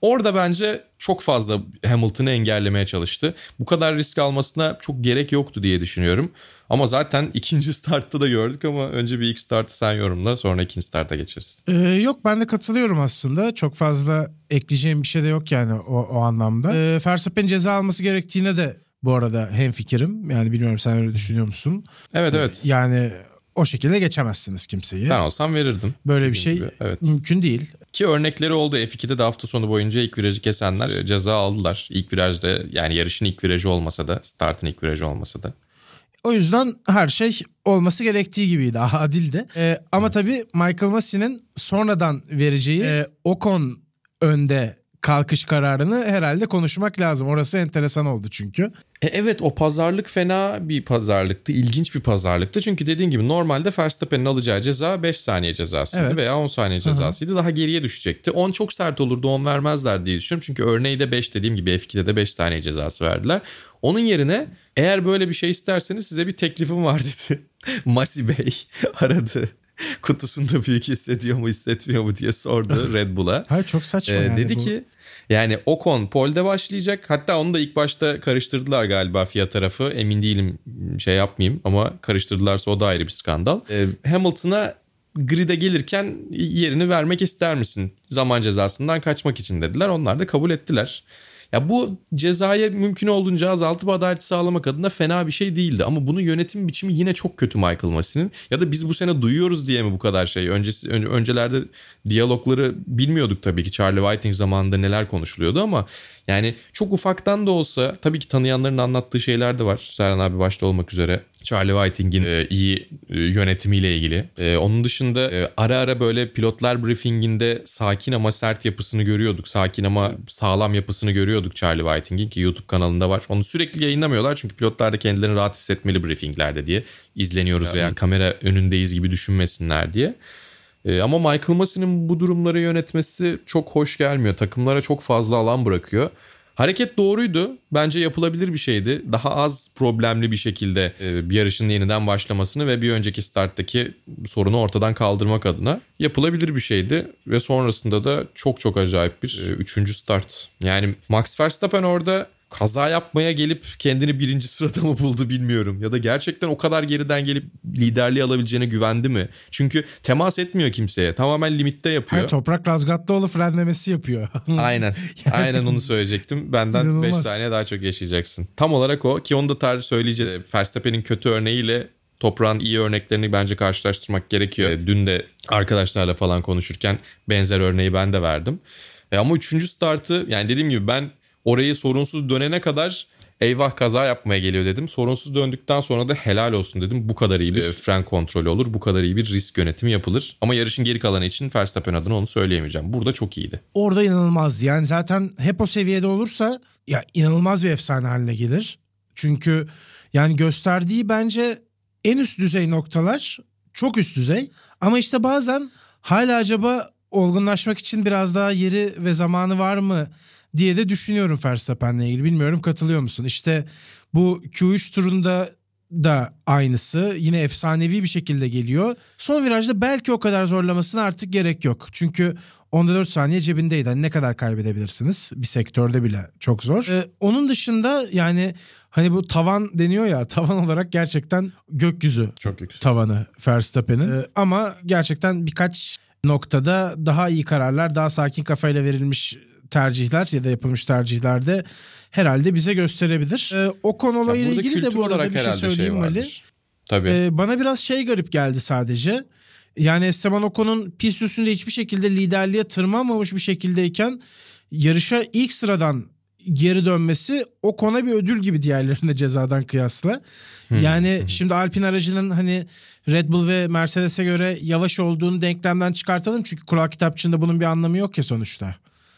Orada bence çok fazla Hamilton'ı engellemeye çalıştı. Bu kadar risk almasına çok gerek yoktu diye düşünüyorum. Ama zaten ikinci startta da gördük ama önce bir ilk startı sen yorumla, sonra ikinci starta geçeriz. Ee, yok ben de katılıyorum aslında. Çok fazla ekleyeceğim bir şey de yok yani o, o anlamda. Ee, Verstappen'in ceza alması gerektiğine de bu arada hemfikirim. Yani bilmiyorum sen öyle düşünüyor musun? Evet evet. Yani o şekilde geçemezsiniz kimseyi. Ben olsam verirdim. Böyle bir şey evet. mümkün değil. Ki örnekleri oldu. F iki'de de hafta sonu boyunca ilk virajı kesenler ceza aldılar. İlk virajda, yani yarışın ilk virajı olmasa da, startın ilk virajı olmasa da. O yüzden her şey olması gerektiği gibiydi. Adildi. Ee, ama evet. Tabii Michael Masi'nin sonradan vereceği e, Ocon önde kalkış kararını herhalde konuşmak lazım. Orası enteresan oldu çünkü. E evet, o pazarlık fena bir pazarlıktı. İlginç bir pazarlıktı. Çünkü dediğin gibi normalde Verstappen'in alacağı ceza beş saniye cezasıydı evet. veya on saniye cezasıydı. Hı-hı. Daha geriye düşecekti. on çok sert olurdu, on vermezler diye düşünüyorum. Çünkü örneği de beş, dediğim gibi F iki'de de beş saniye cezası verdiler. Onun yerine eğer böyle bir şey isterseniz size bir teklifim var dedi. Masi Bey aradı. Kutusunda büyük hissediyor mu hissetmiyor mu diye sordu Red Bull'a. Hayır çok saçma ee, yani dedi bu. ki yani Ocon pole'de başlayacak. Hatta onu da ilk başta karıştırdılar galiba F I A tarafı. Emin değilim, şey yapmayayım ama karıştırdılarsa o da ayrı bir skandal. Ee, Hamilton'a grid'e gelirken yerini vermek ister misin? Zaman cezasından kaçmak için dediler. Onlar da kabul ettiler. Ya bu cezayı mümkün olduğunca azaltıp adaleti sağlamak adına fena bir şey değildi. Ama bunun yönetim biçimi yine çok kötü Michael Masi'nin. Ya da biz bu sene duyuyoruz diye mi bu kadar şey? Öncesi, ön, öncelerde diyalogları bilmiyorduk tabii ki. Charlie Whiting zamanında neler konuşuluyordu ama yani çok ufaktan da olsa tabii ki tanıyanların anlattığı şeyler de var. Serhan abi başta olmak üzere. Charlie Whiting'in e, iyi e, yönetimiyle ilgili. E, onun dışında e, ara ara böyle pilotlar briefinginde sakin ama sert yapısını görüyorduk. Sakin ama sağlam yapısını görüyorduk Charlie Whiting'in, ki YouTube kanalında var. Onu sürekli yayınlamıyorlar çünkü pilotlar da kendilerini rahat hissetmeli briefinglerde diye. İzleniyoruz yani. Veya kamera önündeyiz gibi düşünmesinler diye. E, ama Michael Masi'nin bu durumları yönetmesi çok hoş gelmiyor. Takımlara çok fazla alan bırakıyor. Hareket doğruydu. Bence yapılabilir bir şeydi. Daha az problemli bir şekilde bir yarışın yeniden başlamasını ve bir önceki starttaki sorunu ortadan kaldırmak adına yapılabilir bir şeydi. Ve sonrasında da çok çok acayip bir üçüncü start. Yani Max Verstappen orada kaza yapmaya gelip kendini birinci sırada mı buldu bilmiyorum. Ya da gerçekten o kadar geriden gelip liderliği alabileceğine güvendi mi? Çünkü temas etmiyor kimseye. Tamamen limitte yapıyor. Hayır, Toprak Razgatlıoğlu frenlemesi yapıyor. Aynen. yani, Aynen onu söyleyecektim. Benden beş saniye daha çok yaşayacaksın. Tam olarak o, ki onu da tarih söyleyeceğiz. Verstappen'in kötü örneğiyle Toprak'ın iyi örneklerini bence karşılaştırmak gerekiyor. Dün de arkadaşlarla falan konuşurken benzer örneği ben de verdim. E ama üçüncü startı, yani dediğim gibi ben orayı sorunsuz dönene kadar eyvah kaza yapmaya geliyor dedim. Sorunsuz döndükten sonra da helal olsun dedim. Bu kadar iyi bir fren kontrolü olur. Bu kadar iyi bir risk yönetimi yapılır. Ama yarışın geri kalanı için Verstappen adına onu söyleyemeyeceğim. Burada çok iyiydi. Orada inanılmazdı. Yani zaten hep o seviyede olursa ya inanılmaz bir efsane haline gelir. Çünkü yani gösterdiği bence en üst düzey noktalar çok üst düzey. Ama işte bazen hala acaba olgunlaşmak için biraz daha yeri ve zamanı var mı diye de düşünüyorum Verstappen'le ilgili. Bilmiyorum, katılıyor musun? İşte bu Q üç turunda da aynısı. Yine efsanevi bir şekilde geliyor. Son virajda belki o kadar zorlamasına artık gerek yok. Çünkü onda dört saniye cebindeydi. Hani ne kadar kaybedebilirsiniz? Bir sektörde bile çok zor. Ee, onun dışında yani hani bu tavan deniyor ya, tavan olarak gerçekten gökyüzü çok yüksek tavanı Verstappen'in. Ee, ama gerçekten birkaç noktada daha iyi kararlar, daha sakin kafayla verilmiş tercihler ya da yapılmış tercihlerde herhalde bize gösterebilir. Ee, o konu olayıyla ilgili de bu arada bir şey söyleyeyim şey Ali. Tabii. Ee, bana biraz şey garip geldi sadece. Yani Esteban Ocon'un pist üstünde hiçbir şekilde liderliğe tırmanmamış bir şekildeyken yarışa ilk sıradan geri dönmesi Ocon'a bir ödül gibi diğerlerine cezadan kıyasla. Hmm. Yani hmm. şimdi Alpine aracının hani Red Bull ve Mercedes'e göre yavaş olduğunu denklemden çıkartalım. Çünkü kural kitapçığında bunun bir anlamı yok ya sonuçta.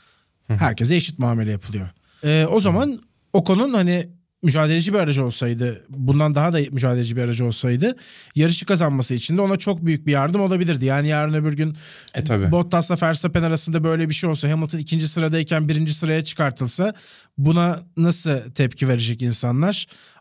Herkese eşit muamele yapılıyor. Ee, o zaman Ocon'un hani mücadeleci bir aracı olsaydı, bundan daha da mücadeleci bir aracı olsaydı yarışı kazanması için de ona çok büyük bir yardım olabilirdi. Yani yarın öbür gün e, Bottas'la Verstappen arasında böyle bir şey olsa, Hamilton ikinci sıradayken birinci sıraya çıkartılsa buna nasıl tepki verecek insanlar?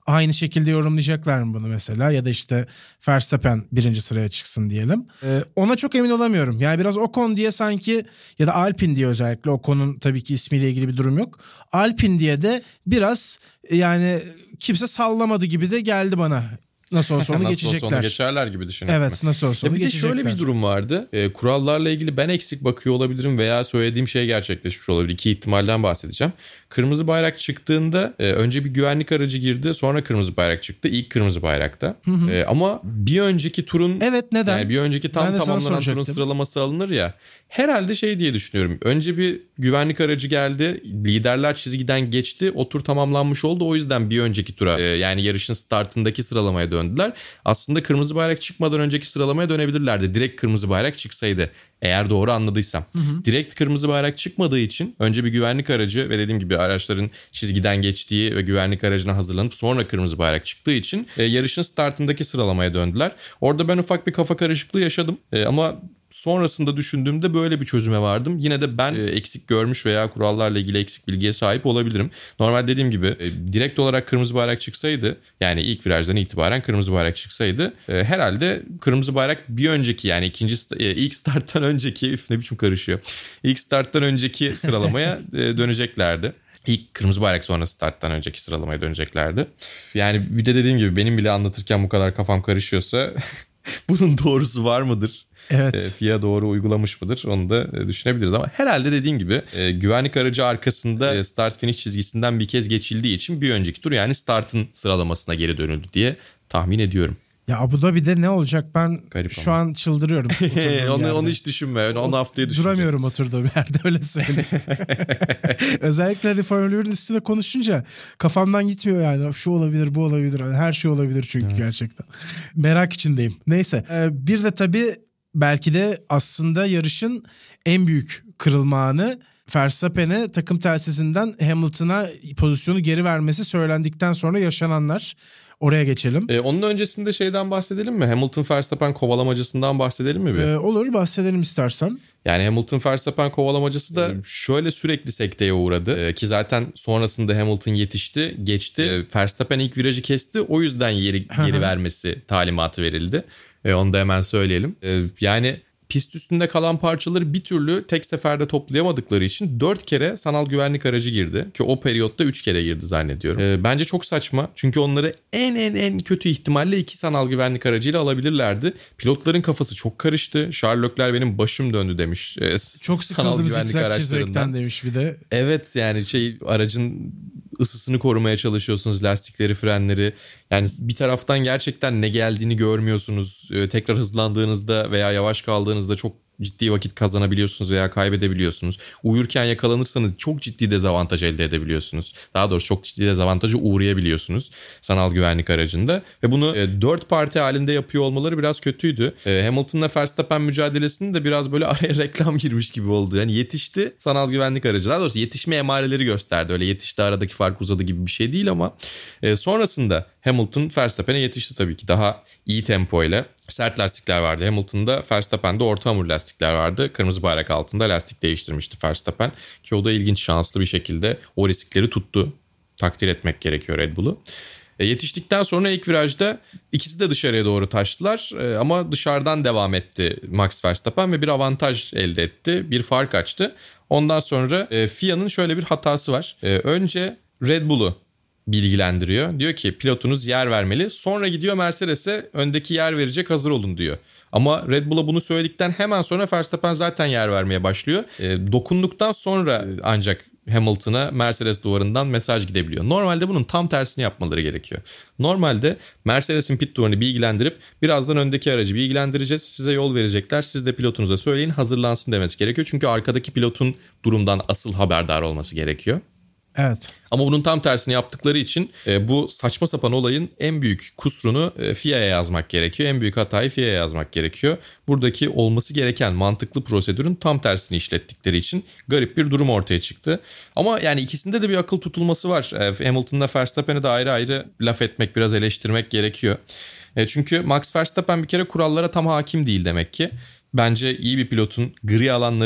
aynı şekilde yorumlayacaklar mı bunu mesela? Ya da işte Verstappen birinci sıraya çıksın diyelim. Ee, ona çok emin olamıyorum. Yani biraz Ocon diye sanki, ya da Alpine diye, özellikle Ocon'un tabii ki ismiyle ilgili bir durum yok. Alpine diye de biraz yani kimse sallamadı gibi de geldi bana. Nasıl olsa onu nasıl geçecekler. Olsa onu geçerler gibi düşünüyorum. Evet, nasıl olsa onu bir de geçecekler. şöyle bir durum vardı. E, kurallarla ilgili ben eksik bakıyor olabilirim veya söylediğim şey gerçekleşmiş olabilir. İki ihtimalden bahsedeceğim. Kırmızı bayrak çıktığında e, önce bir güvenlik aracı girdi, sonra kırmızı bayrak çıktı. İlk kırmızı bayrakta. Hı hı. E, ama bir önceki turun, evet, neden? Yani bir önceki tam tamamlanan turun sıralaması alınır ya. Herhalde şey diye düşünüyorum. Önce bir güvenlik aracı geldi. Liderler çizgiden geçti. O tur tamamlanmış oldu. O yüzden bir önceki tura, e, yani yarışın startındaki sıralamaya döndüler. Aslında kırmızı bayrak çıkmadan önceki sıralamaya dönebilirlerdi. Direkt kırmızı bayrak çıksaydı. Eğer doğru anladıysam. Hı hı. Direkt kırmızı bayrak çıkmadığı için önce bir güvenlik aracı ve dediğim gibi araçların çizgiden geçtiği ve güvenlik aracına hazırlanıp sonra kırmızı bayrak çıktığı için e, yarışın startındaki sıralamaya döndüler. Orada ben ufak bir kafa karışıklığı yaşadım. E, ama sonrasında düşündüğümde böyle bir çözüme vardım. Yine de ben e, eksik görmüş veya kurallarla ilgili eksik bilgiye sahip olabilirim. Normal dediğim gibi e, direkt olarak kırmızı bayrak çıksaydı, yani ilk virajdan itibaren kırmızı bayrak çıksaydı e, herhalde kırmızı bayrak bir önceki, yani ikinci e, ilk starttan önceki üf ne biçim karışıyor. İlk starttan önceki sıralamaya e, döneceklerdi. İlk kırmızı bayrak sonra starttan önceki sıralamaya döneceklerdi. Yani bir de dediğim gibi benim bile anlatırken bu kadar kafam karışıyorsa bunun doğrusu var mıdır? Evet. E, F I A doğru uygulamış mıdır? Onu da e, düşünebiliriz ama herhalde dediğin gibi e, güvenlik aracı arkasında e, start finish çizgisinden bir kez geçildiği için bir önceki tur, yani startın sıralamasına geri dönüldü diye tahmin ediyorum. Ya Abu Dhabi'de ne olacak, ben Garip şu ama. an çıldırıyorum. onu, onu hiç düşünme. Onu haftaya düşüneceğiz. Duramıyorum oturduğum yerde, öyle söyleyeyim. Özellikle hadi Formula birin üstüne konuşunca kafamdan gitmiyor yani. Şu olabilir, bu olabilir. Her şey olabilir çünkü, evet. Gerçekten. Merak içindeyim. Neyse. Bir de tabii belki de aslında yarışın en büyük kırılma anı, Verstappen'e takım telsizinden Hamilton'a pozisyonu geri vermesi söylendikten sonra yaşananlar. Oraya geçelim. Ee, onun öncesinde şeyden bahsedelim mi? Hamilton Verstappen kovalamacasından bahsedelim mi bir? Ee, olur, bahsedelim istersen. Yani Hamilton Verstappen kovalamacası da şöyle sürekli sekteye uğradı. Ee, ki zaten sonrasında Hamilton yetişti, geçti. Ee, Verstappen ilk virajı kesti. O yüzden yeri, geri vermesi talimatı verildi. Ee, onu da hemen söyleyelim. Ee, yani pist üstünde kalan parçaları bir türlü tek seferde toplayamadıkları için dört kere sanal güvenlik aracı girdi. Ki o periyotta üç kere girdi zannediyorum. Ee, bence çok saçma. Çünkü onları en en en kötü ihtimalle iki sanal güvenlik aracıyla alabilirlerdi. Pilotların kafası çok karıştı. Charles Leclerc benim başım döndü demiş. Ee, çok sıkıldım zikzak çizmekten demiş bir de. Evet, yani şey, aracın ısısını korumaya çalışıyorsunuz, lastikleri, frenleri. Yani bir taraftan gerçekten ne geldiğini görmüyorsunuz. Ee, tekrar hızlandığınızda veya yavaş kaldığınızda çok ciddi vakit kazanabiliyorsunuz veya kaybedebiliyorsunuz. Uyurken yakalanırsanız çok ciddi dezavantaj elde edebiliyorsunuz. Daha doğrusu çok ciddi dezavantaja uğrayabiliyorsunuz sanal güvenlik aracında. Ve bunu e, dört parti halinde yapıyor olmaları biraz kötüydü. E, Hamilton'la Verstappen mücadelesinin de biraz böyle araya reklam girmiş gibi oldu. Yani yetişti sanal güvenlik aracı. Daha doğrusu yetişme emareleri gösterdi. Öyle yetişti, aradaki fark uzadı gibi bir şey değil ama e, sonrasında Hamilton Verstappen'e yetişti tabii ki. Daha iyi tempoyla. Sert lastikler vardı Hamilton'da, Verstappen'de orta hamur lastikler vardı. Kırmızı bayrak altında lastik değiştirmişti Verstappen. Ki o da ilginç, şanslı bir şekilde o riskleri tuttu. Takdir etmek gerekiyor Red Bull'u. E, yetiştikten sonra ilk virajda ikisi de dışarıya doğru taştılar. E, ama dışarıdan devam etti Max Verstappen ve bir avantaj elde etti. Bir fark açtı. Ondan sonra e, F I A'nın şöyle bir hatası var. E, önce Red Bull'u bilgilendiriyor. Diyor ki pilotunuz yer vermeli. Sonra gidiyor Mercedes'e öndeki yer verecek, hazır olun diyor. Ama Red Bull'a bunu söyledikten hemen sonra Verstappen zaten yer vermeye başlıyor. E, dokunduktan sonra ancak Hamilton'a Mercedes duvarından mesaj gidebiliyor. Normalde bunun tam tersini yapmaları gerekiyor. Normalde Mercedes'in pit duvarını bilgilendirip birazdan öndeki aracı bilgilendireceğiz. Size yol verecekler. Siz de pilotunuza söyleyin, hazırlansın demesi gerekiyor. Çünkü arkadaki pilotun durumdan asıl haberdar olması gerekiyor. Evet. Ama bunun tam tersini yaptıkları için e, bu saçma sapan olayın en büyük kusurunu e, F I A'ya yazmak gerekiyor. En büyük hatayı F I A'ya yazmak gerekiyor. Buradaki olması gereken mantıklı prosedürün tam tersini işlettikleri için garip bir durum ortaya çıktı. Ama yani ikisinde de bir akıl tutulması var. E, Hamilton'la Verstappen'e de ayrı ayrı laf etmek, biraz eleştirmek gerekiyor. E, çünkü Max Verstappen bir kere kurallara tam hakim değil demek ki. Bence iyi bir pilotun gri alanları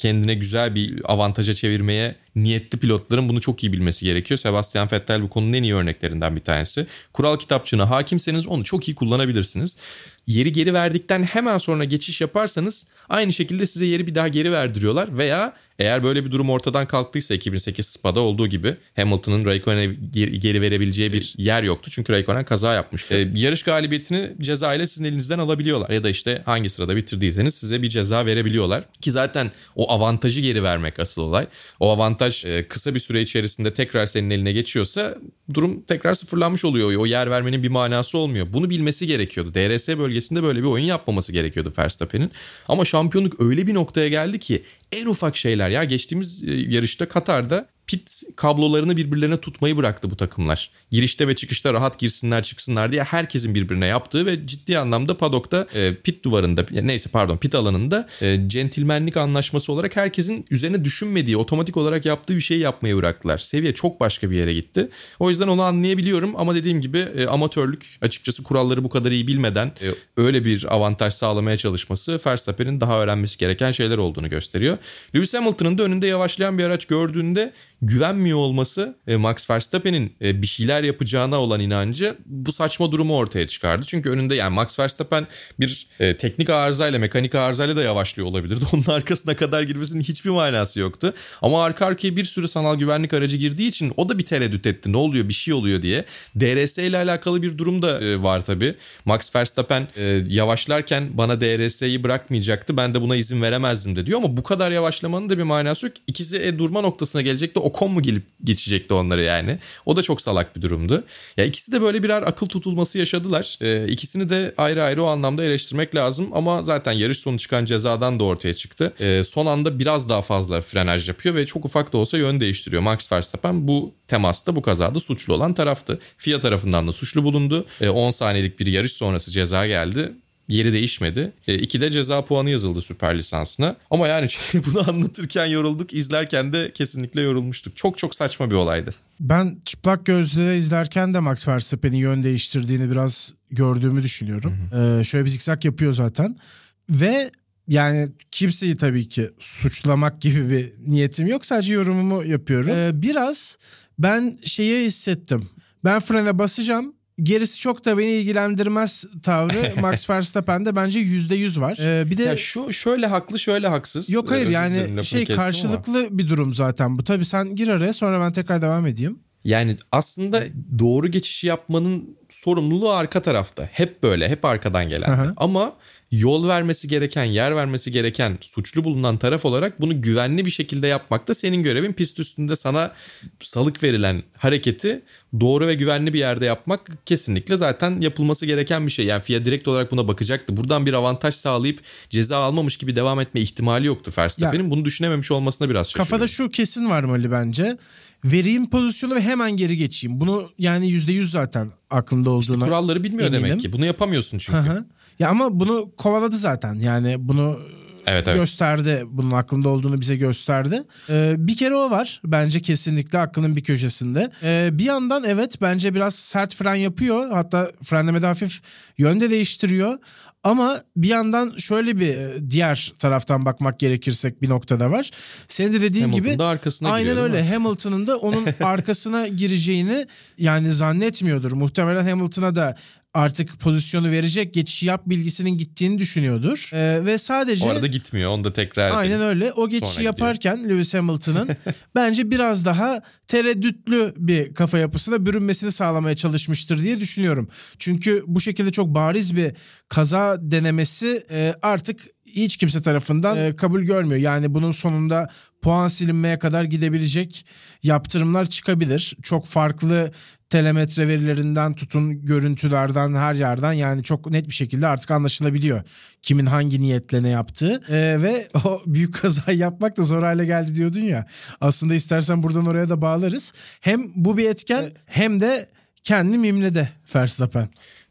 kendine güzel bir avantaja çevirmeye niyetli pilotların bunu çok iyi bilmesi gerekiyor. Sebastian Vettel bu konunun en iyi örneklerinden bir tanesi. Kural kitapçığına hakimseniz onu çok iyi kullanabilirsiniz. Yeri geri verdikten hemen sonra geçiş yaparsanız aynı şekilde size yeri bir daha geri verdiriyorlar veya eğer böyle bir durum ortadan kalktıysa iki bin sekiz Spa'da olduğu gibi Hamilton'ın Raikkonen'e geri verebileceği bir yer yoktu. Çünkü Raikkonen kaza yapmıştı. Ee, yarış galibiyetini ceza ile sizin elinizden alabiliyorlar. Ya da işte hangi sırada bitirdiyseniz size bir ceza verebiliyorlar. Ki zaten o avantajı geri vermek asıl olay. O avantaj e, kısa bir süre içerisinde tekrar senin eline geçiyorsa durum tekrar sıfırlanmış oluyor. O yer vermenin bir manası olmuyor. Bunu bilmesi gerekiyordu. D R S bölgesinde böyle bir oyun yapmaması gerekiyordu Verstappen'in. Ama şampiyonluk öyle bir noktaya geldi ki en ufak şeyler ya geçtiğimiz yarışta Katar'da pit kablolarını birbirlerine tutmayı bıraktı bu takımlar. Girişte ve çıkışta rahat girsinler çıksınlar diye herkesin birbirine yaptığı ve ciddi anlamda padokta e, pit duvarında neyse pardon pit alanında e, centilmenlik anlaşması olarak herkesin üzerine düşünmediği otomatik olarak yaptığı bir şeyi yapmayı bıraktılar. Seviye çok başka bir yere gitti. O yüzden onu anlayabiliyorum ama dediğim gibi e, amatörlük açıkçası kuralları bu kadar iyi bilmeden e, öyle bir avantaj sağlamaya çalışması Verstappen'in daha öğrenmesi gereken şeyler olduğunu gösteriyor. Lewis Hamilton'ın da önünde yavaşlayan bir araç gördüğünde güvenmiyor olması Max Verstappen'in bir şeyler yapacağına olan inancı bu saçma durumu ortaya çıkardı. Çünkü önünde yani Max Verstappen bir e, teknik arızayla, mekanik arızayla da yavaşlıyor olabilirdi. Onun arkasına kadar girmesinin hiçbir manası yoktu. Ama arka arkaya bir sürü sanal güvenlik aracı girdiği için o da bir tereddüt etti. Ne oluyor, bir şey oluyor diye. D R S ile alakalı bir durum da e, var tabii. Max Verstappen e, yavaşlarken bana D R S'yi bırakmayacaktı. Ben de buna izin veremezdim de diyor ama bu kadar yavaşlamanın da bir manası yok. İkisi e, durma noktasına gelecekti. Ocon mu gelip geçecekti onları yani. O da çok salak bir durumdu. Ya ikisi de böyle birer akıl tutulması yaşadılar. Ee, ikisini de ayrı ayrı o anlamda eleştirmek lazım ama zaten yarış sonu çıkan cezadan da ortaya çıktı. Ee, son anda biraz daha fazla frenaj yapıyor ve çok ufak da olsa yön değiştiriyor. Max Verstappen bu temasta, bu kazada suçlu olan taraftı. F I A tarafından da suçlu bulundu. Ee, on saniyelik bir yarış sonrası ceza geldi. Yeri değişmedi. E, iki de ceza puanı yazıldı süper lisansına. Ama yani bunu anlatırken yorulduk, izlerken de kesinlikle yorulmuştuk. Çok çok saçma bir olaydı. Ben çıplak gözle izlerken de Max Verstappen'in yön değiştirdiğini biraz gördüğümü düşünüyorum. Hı hı. Ee, şöyle bir zikzak yapıyor zaten. Ve yani kimseyi tabii ki suçlamak gibi bir niyetim yok. Sadece yorumumu yapıyorum. Ee, biraz ben şeyi hissettim. Ben frene basacağım. Gerisi çok da beni ilgilendirmez tavrı Max Verstappen'de bence yüzde yüz var. Ee, bir de ya şu şöyle haklı şöyle haksız. Yok hayır yani şey karşılıklı ama. Bir durum zaten bu. Tabii sen gir araya sonra ben tekrar devam edeyim. Yani aslında doğru geçişi yapmanın sorumluluğu arka tarafta. Hep böyle, hep arkadan gelen. Ama yol vermesi gereken, yer vermesi gereken suçlu bulunan taraf olarak bunu güvenli bir şekilde yapmak da senin görevin. Pist üstünde sana salık verilen hareketi doğru ve güvenli bir yerde yapmak kesinlikle zaten yapılması gereken bir şey. Yani F I A direkt olarak buna bakacaktı. Buradan bir avantaj sağlayıp ceza almamış gibi devam etme ihtimali yoktu Verstappen'in. Bunu düşünememiş olmasına biraz şaşırıyorum. Kafada şu kesin var Mali bence. Vereyim pozisyonu ve hemen geri geçeyim. Bunu yani yüzde yüz zaten aklında olduğuna İşte kuralları bilmiyor eminim. Demek ki. Bunu yapamıyorsun çünkü. Hı-hı. Ya ama bunu kovaladı zaten. Yani bunu evet, evet. gösterdi. Bunun aklında olduğunu bize gösterdi. Ee, bir kere o var. Bence kesinlikle aklının bir köşesinde. Ee, bir yandan evet bence biraz sert fren yapıyor. Hatta frenlemede hafif yönde değiştiriyor. Ama bir yandan şöyle bir diğer taraftan bakmak gerekirsek bir noktada var. Senin de dediğin Hamilton gibi da arkasına aynen giriyor, öyle. Hamilton'ın da onun arkasına gireceğini yani zannetmiyordur. Muhtemelen Hamilton'a da artık pozisyonu verecek, geçişi yap bilgisinin gittiğini düşünüyordur. Ee, ve sadece... O arada gitmiyor, onu da tekrar edeyim. Aynen öyle. O geçişi yaparken Lewis Hamilton'ın bence biraz daha tereddütlü bir kafa yapısına bürünmesini sağlamaya çalışmıştır diye düşünüyorum. Çünkü bu şekilde çok bariz bir kaza denemesi e, artık hiç kimse tarafından e, kabul görmüyor. Yani bunun sonunda puan silinmeye kadar gidebilecek yaptırımlar çıkabilir. Çok farklı telemetre verilerinden tutun görüntülerden her yerden yani çok net bir şekilde artık anlaşılabiliyor kimin hangi niyetle ne yaptığı ee, ve o büyük kazayı yapmak da zor hale geldi diyordun ya. Aslında istersen buradan oraya da bağlarız. Hem bu bir etken hem de kendi mimledi Verstappen.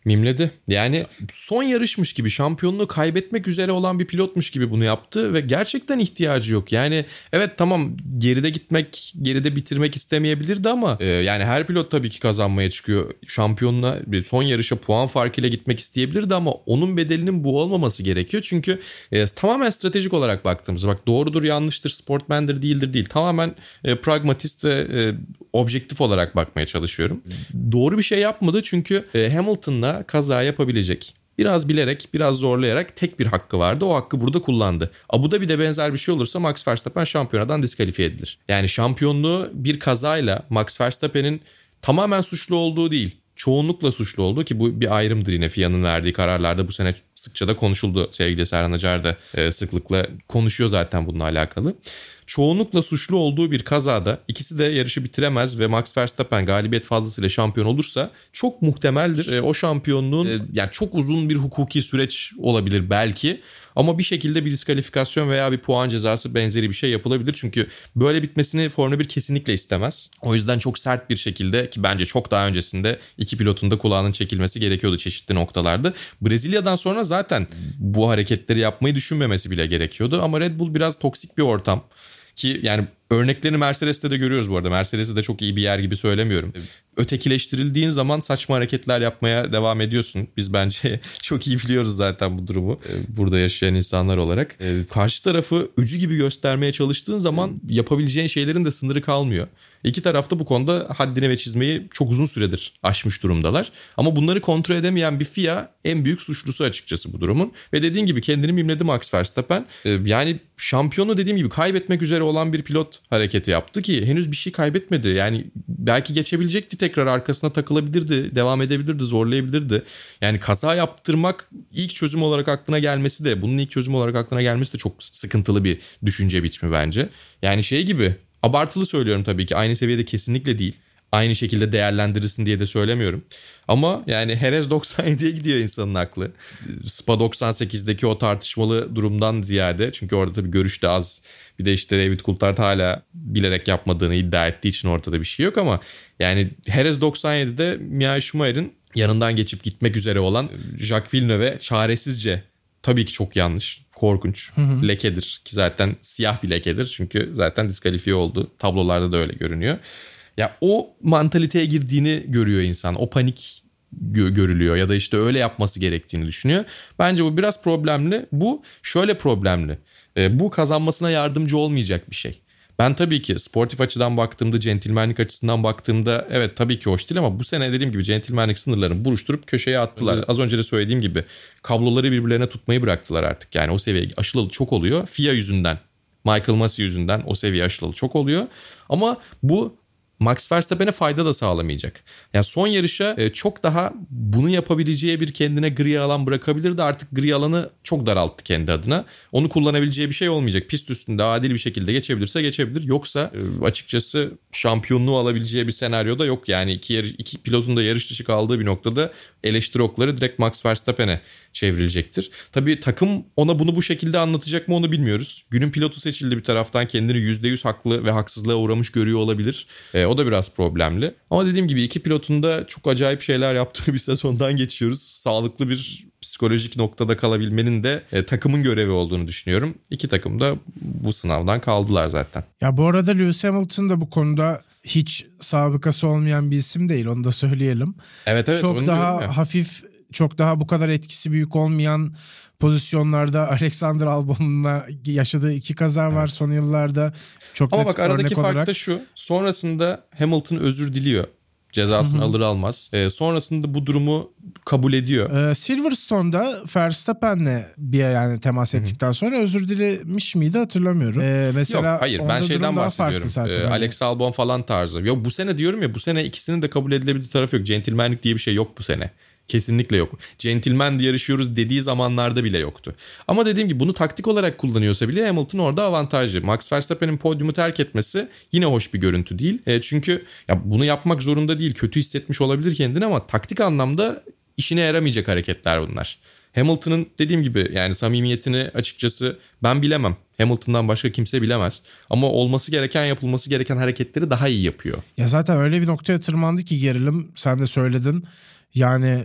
Mimledi. Yani son yarışmış gibi, şampiyonluğu kaybetmek üzere olan bir pilotmuş gibi bunu yaptı ve gerçekten ihtiyacı yok. Yani evet tamam, geride gitmek, geride bitirmek istemeyebilirdi ama e, yani her pilot tabii ki kazanmaya çıkıyor. Şampiyonluğa, son yarışa puan farkıyla gitmek isteyebilirdi ama onun bedelinin bu olmaması gerekiyor. Çünkü e, tamamen stratejik olarak baktığımızda, bak doğrudur yanlıştır, sportmendir değildir değil. Tamamen e, pragmatist ve e, objektif olarak bakmaya çalışıyorum. Doğru bir şey yapmadı çünkü e, Hamilton'la kaza yapabilecek. Biraz bilerek, biraz zorlayarak tek bir hakkı vardı. O hakkı burada kullandı. Abu Dhabi'de benzer bir şey olursa Max Verstappen şampiyonadan diskalifiye edilir. Yani şampiyonluğu bir kazayla Max Verstappen'in tamamen suçlu olduğu değil, çoğunlukla suçlu olduğu, ki bu bir ayrımdır yine F I A'nın verdiği kararlarda bu sene sıkça da konuşuldu. Sevgili Serhan Acar da e, sıklıkla konuşuyor zaten bununla alakalı. Çoğunlukla suçlu olduğu bir kazada ikisi de yarışı bitiremez ve Max Verstappen galibiyet fazlasıyla şampiyon olursa çok muhtemeldir. E, o şampiyonluğun e, yani çok uzun bir hukuki süreç olabilir belki ama bir şekilde bir diskalifikasyon veya bir puan cezası benzeri bir şey yapılabilir. Çünkü böyle bitmesini Formula bir kesinlikle istemez. O yüzden çok sert bir şekilde, ki bence çok daha öncesinde iki pilotun da kulağının çekilmesi gerekiyordu çeşitli noktalarda. Brezilya'dan sonra zaten bu hareketleri yapmayı düşünmemesi bile gerekiyordu ama Red Bull biraz toksik bir ortam. Ki yani örneklerini Mercedes'te de görüyoruz bu arada. Mercedes'i de çok iyi bir yer gibi söylemiyorum. Ötekileştirildiğin zaman saçma hareketler yapmaya devam ediyorsun. Biz bence çok iyi biliyoruz zaten bu durumu. Burada yaşayan insanlar olarak. Karşı tarafı öcü gibi göstermeye çalıştığın zaman yapabileceğin şeylerin de sınırı kalmıyor. İki taraf da bu konuda haddini ve çizmeyi çok uzun süredir aşmış durumdalar. Ama bunları kontrol edemeyen bir F I A en büyük suçlusu açıkçası bu durumun. Ve dediğin gibi kendini mimledi Max Verstappen. Yani şampiyonu dediğim gibi kaybetmek üzere olan bir pilot hareketi yaptı ki henüz bir şey kaybetmedi. Yani belki geçebilecekti, tekrar arkasına takılabilirdi, devam edebilirdi, zorlayabilirdi. Yani kaza yaptırmak ilk çözüm olarak aklına gelmesi de, bunun ilk çözüm olarak aklına gelmesi de çok sıkıntılı bir düşünce biçimi bence. Yani şey gibi, abartılı söylüyorum tabii ki, aynı seviyede kesinlikle değil. Aynı şekilde değerlendirirsin diye de söylemiyorum. Ama yani Jerez doksan yediye gidiyor insanın aklı. Spa doksan sekizdeki o tartışmalı durumdan ziyade. Çünkü orada tabii görüş de az. Bir de işte David Coulthard hala bilerek yapmadığını iddia ettiği için ortada bir şey yok ama yani Jerez doksan yedide Michael Schumacher'in yanından geçip gitmek üzere olan Jacques Villeneuve çaresizce, tabii ki çok yanlış, korkunç, hı hı. lekedir ki zaten siyah bir lekedir çünkü zaten diskalifiye oldu. Tablolarda da öyle görünüyor. Ya o mantaliteye girdiğini görüyor insan. O panik gö- görülüyor ya da işte öyle yapması gerektiğini düşünüyor. Bence bu biraz problemli. Bu şöyle problemli. E, bu kazanmasına yardımcı olmayacak bir şey. Ben tabii ki sportif açıdan baktığımda, centilmenlik açısından baktığımda evet tabii ki hoş değil ama bu sene dediğim gibi centilmenlik sınırlarını buruşturup köşeye attılar. Evet. Az önce de söylediğim gibi kabloları birbirlerine tutmayı bıraktılar artık. Yani o seviye aşılalı çok oluyor. F I A yüzünden, Michael Masi yüzünden o seviye aşılalı çok oluyor. Ama bu Max Verstappen'e fayda da sağlamayacak. Yani son yarışa çok daha bunu yapabileceği bir kendine gri alan bırakabilirdi. Artık gri alanı çok daralttı kendi adına. Onu kullanabileceği bir şey olmayacak. Pist üstünde adil bir şekilde geçebilirse geçebilir. Yoksa açıkçası şampiyonluğu alabileceği bir senaryo da yok. Yani iki, yarış, iki pilotun da yarış dışı kaldığı bir noktada eleştiri okları direkt Max Verstappen'e çevrilecektir. Tabii takım ona bunu bu şekilde anlatacak mı onu bilmiyoruz. Günün pilotu seçildi bir taraftan, kendini yüzde yüz haklı ve haksızlığa uğramış görüyor olabilir. E, o da biraz problemli. Ama dediğim gibi iki pilotun da çok acayip şeyler yaptığı bir sezondan geçiyoruz. Sağlıklı bir psikolojik noktada kalabilmenin de e, takımın görevi olduğunu düşünüyorum. İki takım da bu sınavdan kaldılar zaten. Ya bu arada Lewis Hamilton da bu konuda hiç sabıkası olmayan bir isim değil, onu da söyleyelim. Evet evet. Çok daha hafif, çok daha bu kadar etkisi büyük olmayan pozisyonlarda Alexander Albon'la yaşadığı iki kaza var evet. son yıllarda. Çok Ama net bak aradaki fark olarak. da şu. Sonrasında Hamilton özür diliyor. Cezasını Hı-hı. alır almaz. Ee, sonrasında bu durumu kabul ediyor. Ee, Silverstone'da Verstappen'le bir yani temas ettikten Hı-hı. sonra özür dilemiş miydi hatırlamıyorum. Ee, mesela Yok hayır ben şeyden bahsediyorum. Ee, Alex Albon falan tarzı. Yok bu sene diyorum ya, bu sene ikisinin de kabul edilebildiği tarafı yok. Centilmenlik diye bir şey yok bu sene. Kesinlikle yok. Centilmen yarışıyoruz dediği zamanlarda bile yoktu. Ama dediğim gibi bunu taktik olarak kullanıyorsa bile Hamilton orada avantajlı. Max Verstappen'in podyumu terk etmesi yine hoş bir görüntü değil. E çünkü ya bunu yapmak zorunda değil. Kötü hissetmiş olabilir kendini ama taktik anlamda işine yaramayacak hareketler bunlar. Hamilton'ın dediğim gibi yani samimiyetini açıkçası ben bilemem. Hamilton'dan başka kimse bilemez. Ama olması gereken, yapılması gereken hareketleri daha iyi yapıyor. Ya zaten öyle bir noktaya tırmandı ki gerilim, sen de söyledin. Yani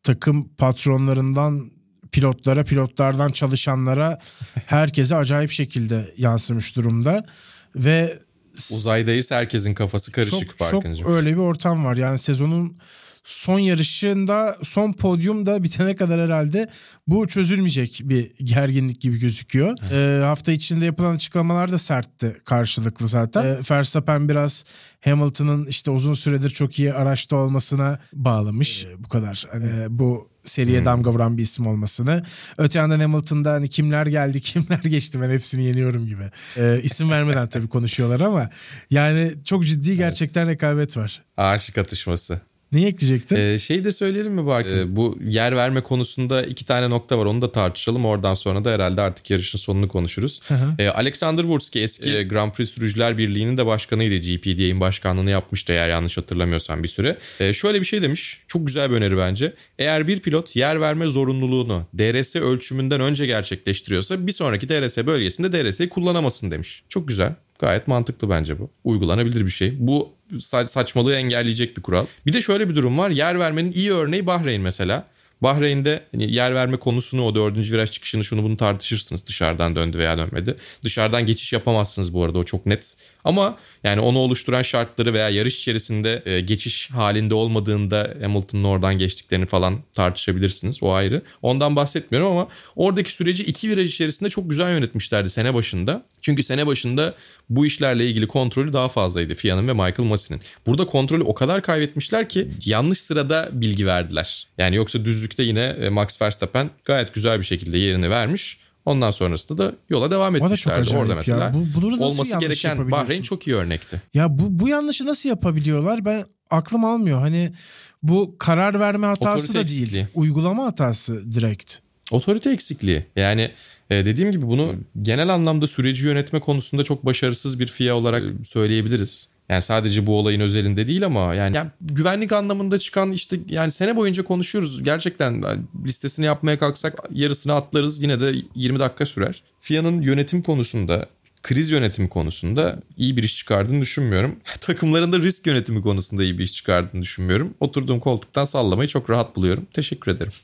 takım patronlarından pilotlara, pilotlardan çalışanlara, herkese acayip şekilde yansımış durumda ve uzaydayız, herkesin kafası karışık. Çok, çok öyle bir ortam var. Yani sezonun son yarışında, son podyumda bitene kadar herhalde bu çözülmeyecek bir gerginlik gibi gözüküyor. Ee, hafta içinde yapılan açıklamalar da sertti karşılıklı zaten. Ee, Verstappen biraz Hamilton'ın işte uzun süredir çok iyi araçta olmasına bağlamış. Ee, bu kadar. Hani bu seriye hmm. damga vuran bir isim olmasını. Öte yandan Hamilton'da hani kimler geldi, kimler geçti, ben hepsini yeniyorum gibi. Ee, isim vermeden tabii konuşuyorlar ama yani çok ciddi gerçekten evet. rekabet var. Aşık atışması. Neyi ekleyecektin? Ee, şey de söyleyelim mi Barkın? Ee, bu yer verme konusunda iki tane nokta var. Onu da tartışalım. Oradan sonra da herhalde artık yarışın sonunu konuşuruz. Ee, Alexander Wurski eski e, Grand Prix Sürücüler Birliği'nin de başkanıydı. G P D A'nin başkanlığını yapmıştı eğer yanlış hatırlamıyorsam bir süre. Ee, şöyle bir şey demiş. Çok güzel bir öneri bence. Eğer bir pilot yer verme zorunluluğunu D R S ölçümünden önce gerçekleştiriyorsa bir sonraki D R S bölgesinde D R S'yi kullanamasın demiş. Çok güzel. Gayet mantıklı bence bu. Uygulanabilir bir şey. Bu saçmalığı engelleyecek bir kural. Bir de şöyle bir durum var. Yer vermenin iyi örneği Bahreyn mesela. Bahreyn'de hani yer verme konusunu, o dördüncü viraj çıkışını, şunu bunu tartışırsınız. Dışarıdan döndü veya dönmedi. Dışarıdan geçiş yapamazsınız bu arada, o çok net. Ama yani onu oluşturan şartları veya yarış içerisinde e, geçiş halinde olmadığında Hamilton'ın oradan geçtiklerini falan tartışabilirsiniz. O ayrı. Ondan bahsetmiyorum ama oradaki süreci iki viraj içerisinde çok güzel yönetmişlerdi sene başında. Çünkü sene başında bu işlerle ilgili kontrolü daha fazlaydı F I A'nın ve Michael Masi'nin. Burada kontrolü o kadar kaybetmişler ki yanlış sırada bilgi verdiler. Yani yoksa düzlükte yine Max Verstappen gayet güzel bir şekilde yerini vermiş. Ondan sonrasında da yola devam etmişlerdi. Orada mesela bu, olması gereken Bahreyn çok iyi örnekti. Ya bu bu yanlışı nasıl yapabiliyorlar? Ben aklım almıyor. Hani bu karar verme hatası Otorite da eksikliği. Değil. Uygulama hatası direkt. Otorite eksikliği. Yani e, dediğim gibi bunu genel anlamda süreci yönetme konusunda çok başarısız bir F I A olarak söyleyebiliriz. Yani sadece bu olayın özelinde değil ama yani, yani güvenlik anlamında çıkan işte yani sene boyunca konuşuyoruz. Gerçekten listesini yapmaya kalksak yarısını atlarız, yine de yirmi dakika sürer. F I A'nın yönetim konusunda, kriz yönetimi konusunda iyi bir iş çıkardığını düşünmüyorum. Takımların da risk yönetimi konusunda iyi bir iş çıkardığını düşünmüyorum. Oturduğum koltuktan sallamayı çok rahat buluyorum. Teşekkür ederim.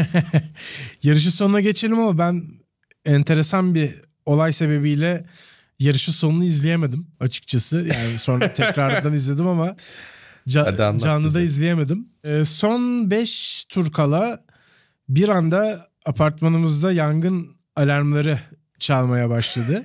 Yarışın sonuna geçelim ama ben enteresan bir olay sebebiyle yarışın sonunu izleyemedim açıkçası. Yani sonra tekrardan izledim ama ca- canlı da izleyemedim. Ee, son beş tur kala bir anda apartmanımızda yangın alarmları çalmaya başladı.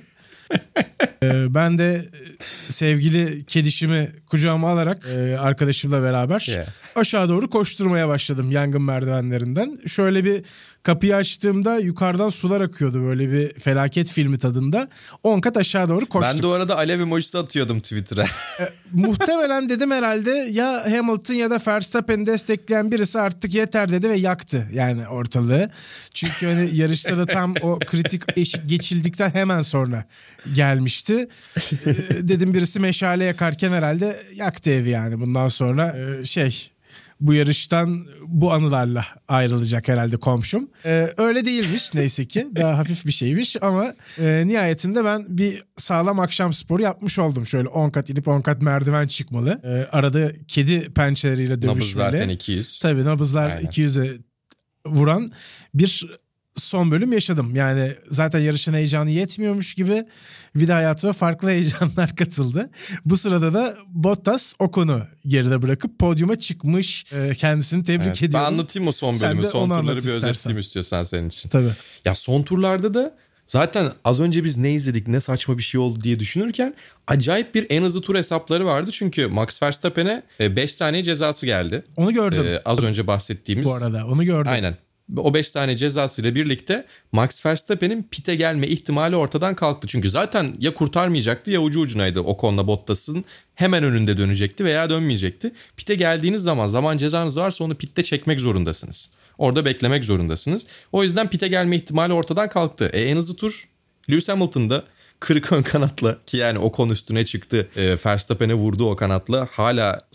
ee, ben de sevgili kedişimi kucağıma alarak e, arkadaşımla beraber yeah. aşağı doğru koşturmaya başladım yangın merdivenlerinden. Şöyle bir kapıyı açtığımda yukarıdan sular akıyordu, böyle bir felaket filmi tadında. on kat aşağı doğru koştuk. Ben de o arada alev emojisi atıyordum Twitter'a. e, muhtemelen dedim herhalde ya Hamilton ya da Verstappen'i destekleyen birisi artık yeter dedi ve yaktı yani ortalığı. Çünkü hani yarışta da tam o kritik eşik geçildikten hemen sonra gelmişti. e, dedim birisi meşale yakarken herhalde yaktı evi yani. Bundan sonra e, şey... Bu yarıştan bu anılarla ayrılacak herhalde komşum. Ee, öyle değilmiş neyse ki. Daha hafif bir şeymiş ama e, nihayetinde ben bir sağlam akşam sporu yapmış oldum. Şöyle on kat inip on kat merdiven çıkmalı. Ee, arada kedi pençeleriyle dövüşmeli. Nabız zaten iki yüz. Tabii nabızlar Aynen. iki yüze vuran bir son bölüm yaşadım. Yani zaten yarışın heyecanı yetmiyormuş gibi bir de hayatıma farklı heyecanlar katıldı. Bu sırada da Bottas Ocon'u geride bırakıp podyuma çıkmış. Kendisini tebrik evet, ediyorum. Ben anlatayım o son bölümü. Son turları bir özetleyeyim istiyorsan senin için. Tabii. Ya son turlarda da zaten az önce biz ne izledik, ne saçma bir şey oldu diye düşünürken acayip bir en hızlı tur hesapları vardı. Çünkü Max Verstappen'e beş saniye cezası geldi. Onu gördüm. Ee, az önce bahsettiğimiz. Bu arada onu gördüm. Aynen. O beş tane cezasıyla birlikte Max Verstappen'in pite gelme ihtimali ortadan kalktı. Çünkü zaten ya kurtarmayacaktı ya ucu ucunaydı Ocon'la Bottas'ın hemen önünde dönecekti veya dönmeyecekti. Pite geldiğiniz zaman zaman cezanız varsa onu pitte çekmek zorundasınız. Orada beklemek zorundasınız. O yüzden pite gelme ihtimali ortadan kalktı. E, en hızlı tur Lewis Hamilton'da kırık ön kanatla, ki yani Ocon üstüne çıktı. E, Verstappen'e vurdu o kanatla. Hala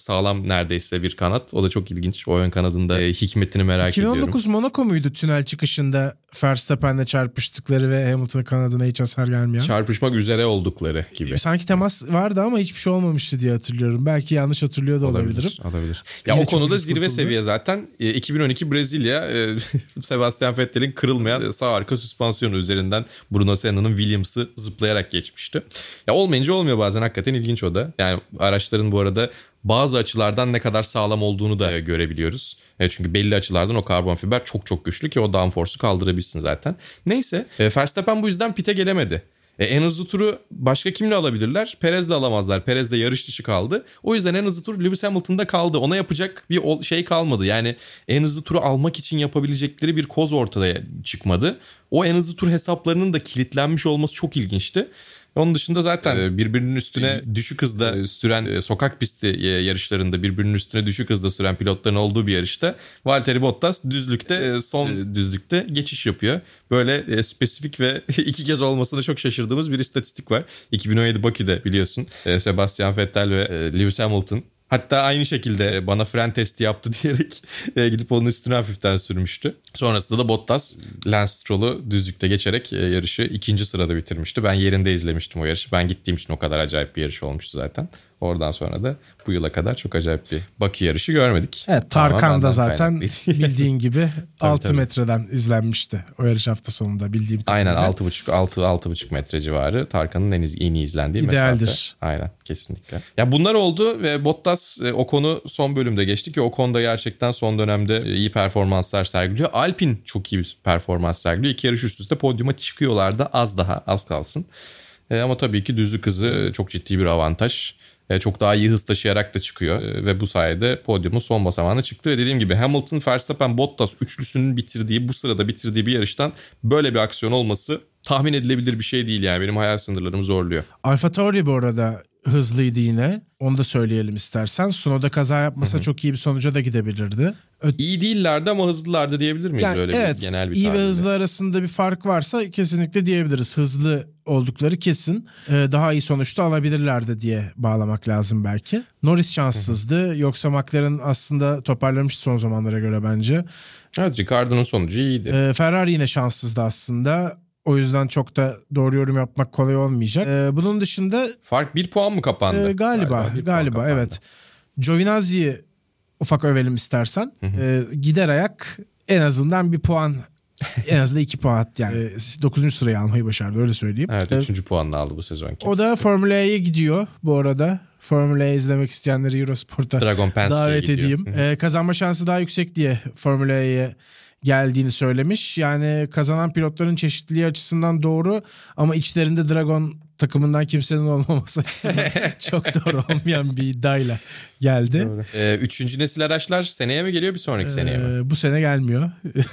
sağlam neredeyse bir kanat. O da çok ilginç. O ön kanadında e, hikmetini merak iki bin on dokuz ediyorum. Monaco muydu tünel çıkışında Verstappen'le çarpıştıkları ve Hamilton'ın kanadına hiç hasar gelmeyen? Çarpışmak üzere oldukları gibi. Sanki temas vardı ama hiçbir şey olmamıştı diye hatırlıyorum. Belki yanlış hatırlıyor da olabilirim. Olabilir. olabilir. Ya Yine o konuda zirve kurtuldu. seviye zaten. E, iki bin on iki Brezilya e, Sebastian Vettel'in kırılmayan sağ arka süspansiyonu üzerinden Bruno Senna'nın Williams'ı zıplayarak geçmişti. Ya olmayınca olmuyor bazen, hakikaten ilginç o da. Yani araçların bu arada bazı açılardan ne kadar sağlam olduğunu da görebiliyoruz. E çünkü belli açılardan o karbon fiber çok çok güçlü ki o downforce'u kaldırabilsin zaten. Neyse e, Verstappen bu yüzden pite gelemedi. E, en hızlı turu başka kimle alabilirler? Perez'le alamazlar. Perez de yarış dışı kaldı. O yüzden en hızlı tur Lewis Hamilton'da kaldı. Ona yapacak bir şey kalmadı. Yani en hızlı turu almak için yapabilecekleri bir koz ortaya çıkmadı. O en hızlı tur hesaplarının da kilitlenmiş olması çok ilginçti. Onun dışında zaten birbirinin üstüne düşük hızda süren sokak pisti yarışlarında birbirinin üstüne düşük hızda süren pilotların olduğu bir yarışta Valtteri Bottas düzlükte son düzlükte geçiş yapıyor. Böyle spesifik ve iki kez olmasına çok şaşırdığımız bir istatistik var. iki bin on yedi Bakü'de biliyorsun Sebastian Vettel ve Lewis Hamilton hatta aynı şekilde bana fren testi yaptı diyerek gidip onun üstüne hafiften sürmüştü. Sonrasında da Bottas Lance Stroll'u düzlükte geçerek yarışı ikinci sırada bitirmişti. Ben yerinde izlemiştim o yarışı. Ben gittiğim için o kadar acayip bir yarış olmuştu zaten. Oradan sonra da bu yıla kadar çok acayip bir Bakü yarışı görmedik. Evet, Tarkan da zaten bildiğin gibi tabii, altı tabii. metreden izlenmişti o yarış hafta sonunda bildiğim kadarıyla. Aynen altı buçuk altı altı buçuk metre civarı Tarkan'ın en, en iyi izlendiği İdealdir. mesafe. Aynen, kesinlikle. Ya bunlar oldu ve Bottas o konu son bölümde geçti ki o konuda gerçekten son dönemde iyi performanslar sergiliyor. Alpine çok iyi bir performans sergiliyor. İki yarış üst üste podyuma çıkıyorlar da az daha az kalsın. E, ama tabii ki düzlük hızı çok ciddi bir avantaj. Çok daha iyi hız taşıyarak da çıkıyor ve bu sayede podyumun son basamağına çıktı. Ve dediğim gibi Hamilton, Verstappen, Bottas üçlüsünün bitirdiği, bu sırada bitirdiği bir yarıştan böyle bir aksiyon olması tahmin edilebilir bir şey değil yani. Benim hayal sınırlarımı zorluyor. AlphaTauri bu arada hızlıydı yine. Onu da söyleyelim istersen. Tsunoda kaza yapmasa Hı-hı. çok iyi bir sonuca da gidebilirdi. Ö- iyi değillerdi ama hızlılardı diyebilir miyiz yani öyle evet, bir genel bir iyi tabirle? Ve hızlı arasında bir fark varsa kesinlikle diyebiliriz. Hızlı oldukları kesin. Ee, daha iyi sonuçta alabilirlerdi diye bağlamak lazım belki. Norris şanssızdı. Hı-hı. Yoksa McLaren aslında toparlamış son zamanlara göre bence. Evet, Ricciardo'nun sonucu iyiydi. Ee, Ferrari yine şanssızdı aslında. O yüzden çok da doğru yorum yapmak kolay olmayacak. Ee, bunun dışında... Fark bir puan mı kapandı? E, galiba, galiba, galiba evet. Giovinazzi'yi ufak övelim istersen. Ee, gider ayak en azından bir puan, en azından iki puan yani dokuzuncu sırayı almayı başardı, öyle söyleyeyim. Evet, üçüncü puanını aldı bu sezonki. O da Formula E'ye gidiyor bu arada. Formula E izlemek isteyenleri Eurosport'a davet edeyim. Ee, kazanma şansı daha yüksek diye Formula E'ye geldiğini söylemiş. Yani kazanan pilotların çeşitliliği açısından doğru ama içlerinde Dragon takımından kimsenin olmaması açısından çok doğru olmayan bir iddiayla geldi. Ee, üçüncü nesil araçlar seneye mi geliyor, bir sonraki ee, seneye mi? Bu sene gelmiyor.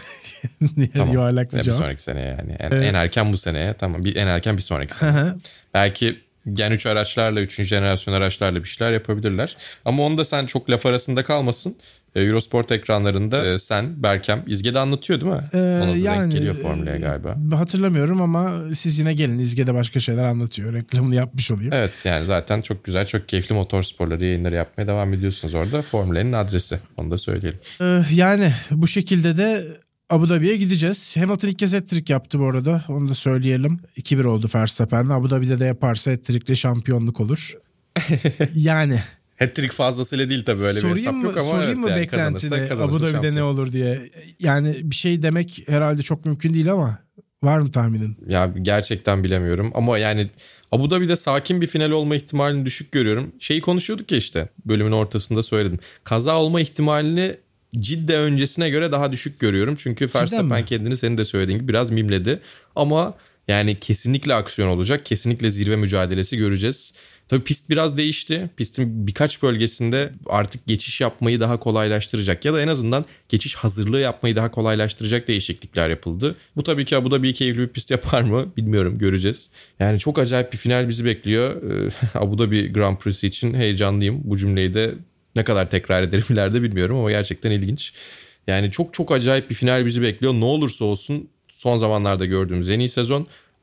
Tamam. Yuvarlak bir Bir cevap. sonraki seneye yani. En, ee, en erken bu seneye. Tamam. Bir, en erken bir sonraki seneye. Belki Gen üç araçlarla, üçüncü jenerasyon araçlarla bir şeyler yapabilirler. Ama onu da sen çok laf arasında kalmasın. Eurosport ekranlarında sen, Berkem, İzge'de anlatıyor değil mi? Ee, Ona da yani, denk geliyor Formula'ya galiba. Hatırlamıyorum ama siz yine gelin, İzge'de başka şeyler anlatıyor. Reklamını yapmış olayım. Evet, yani zaten çok güzel, çok keyifli motorsporları yayınları yapmaya devam ediyorsunuz orada. Formula'nın adresi, onu da söyleyelim. Ee, yani bu şekilde de Abu Dhabi'ye gideceğiz. Hamilton ilk kez hat-trick yaptı bu arada. Onu da söyleyelim. iki bir oldu Verstappen'le. Abu Dhabi'de de yaparsa hat-trick'le şampiyonluk olur. Yani... Hat-trick fazlasıyla değil tabii, öyle sorayım bir hesap mı, yok ama sorayım evet, mı yani beklentini Abu Dhabi'de ne olur diye. Yani bir şey demek herhalde çok mümkün değil ama var mı tahminin? Ya gerçekten bilemiyorum ama yani Abu Dhabi'de sakin bir final olma ihtimalini düşük görüyorum. Şeyi konuşuyorduk ya işte, bölümün ortasında söyledim. Kaza olma ihtimalini Cidde öncesine göre daha düşük görüyorum. Çünkü Verstappen kendini senin de söylediğin gibi biraz mimledi. Ama yani kesinlikle aksiyon olacak. Kesinlikle zirve mücadelesi göreceğiz. Tabii pist biraz değişti. Pistin birkaç bölgesinde artık geçiş yapmayı daha kolaylaştıracak ya da en azından geçiş hazırlığı yapmayı daha kolaylaştıracak değişiklikler yapıldı. Bu tabii ki Abu Dhabi'yi keyifli bir pist yapar mı bilmiyorum, göreceğiz. Yani çok acayip bir final bizi bekliyor. Abu Dhabi Grand Prix'si için heyecanlıyım. Bu cümleyi de ne kadar tekrar ederim ileride bilmiyorum ama gerçekten ilginç. Yani çok çok acayip bir final bizi bekliyor. Ne olursa olsun son zamanlarda gördüğümüz en iyi sezon.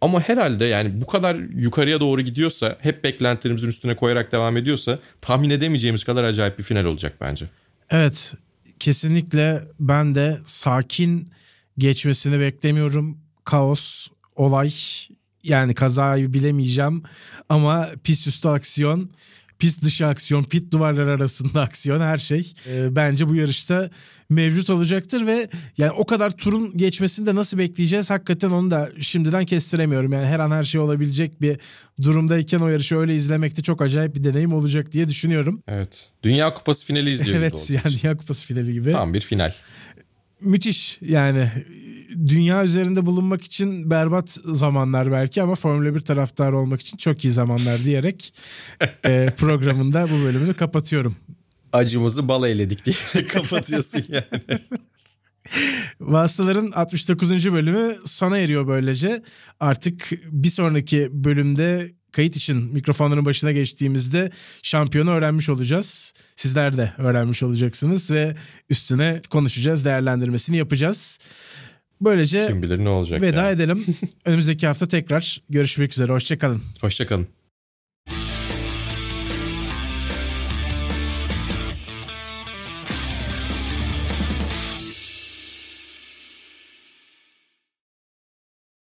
Ama herhalde yani bu kadar yukarıya doğru gidiyorsa, hep beklentilerimizin üstüne koyarak devam ediyorsa tahmin edemeyeceğimiz kadar acayip bir final olacak bence. Evet, kesinlikle ben de sakin geçmesini beklemiyorum. Kaos, olay, yani kazayı bilemeyeceğim ama pist üstü aksiyon, pist dışı aksiyon, pit duvarları arasında aksiyon, her şey e, bence bu yarışta mevcut olacaktır ve yani o kadar turun geçmesini de nasıl bekleyeceğiz hakikaten, onu da şimdiden kestiremiyorum. Yani her an her şey olabilecek bir durumdayken o yarışı öyle izlemek de çok acayip bir deneyim olacak diye düşünüyorum. Evet. Dünya Kupası finali izliyor gibi Evet, yani Dünya Kupası finali gibi. Tam bir final. Müthiş yani, dünya üzerinde bulunmak için berbat zamanlar belki ama Formula bir taraftarı olmak için çok iyi zamanlar diyerek e, programında bu bölümünü kapatıyorum. Acımızı bal eyledik diye kapatıyorsun yani. Vasıtaların altmış dokuzuncu bölümü sona eriyor böylece. Artık bir sonraki bölümde kayıt için mikrofonların başına geçtiğimizde şampiyonu öğrenmiş olacağız. Sizler de öğrenmiş olacaksınız ve üstüne konuşacağız, değerlendirmesini yapacağız. Böylece kim bilir ne olacak veda yani. edelim. Önümüzdeki hafta tekrar görüşmek üzere. Hoşça kalın. Hoşça kalın.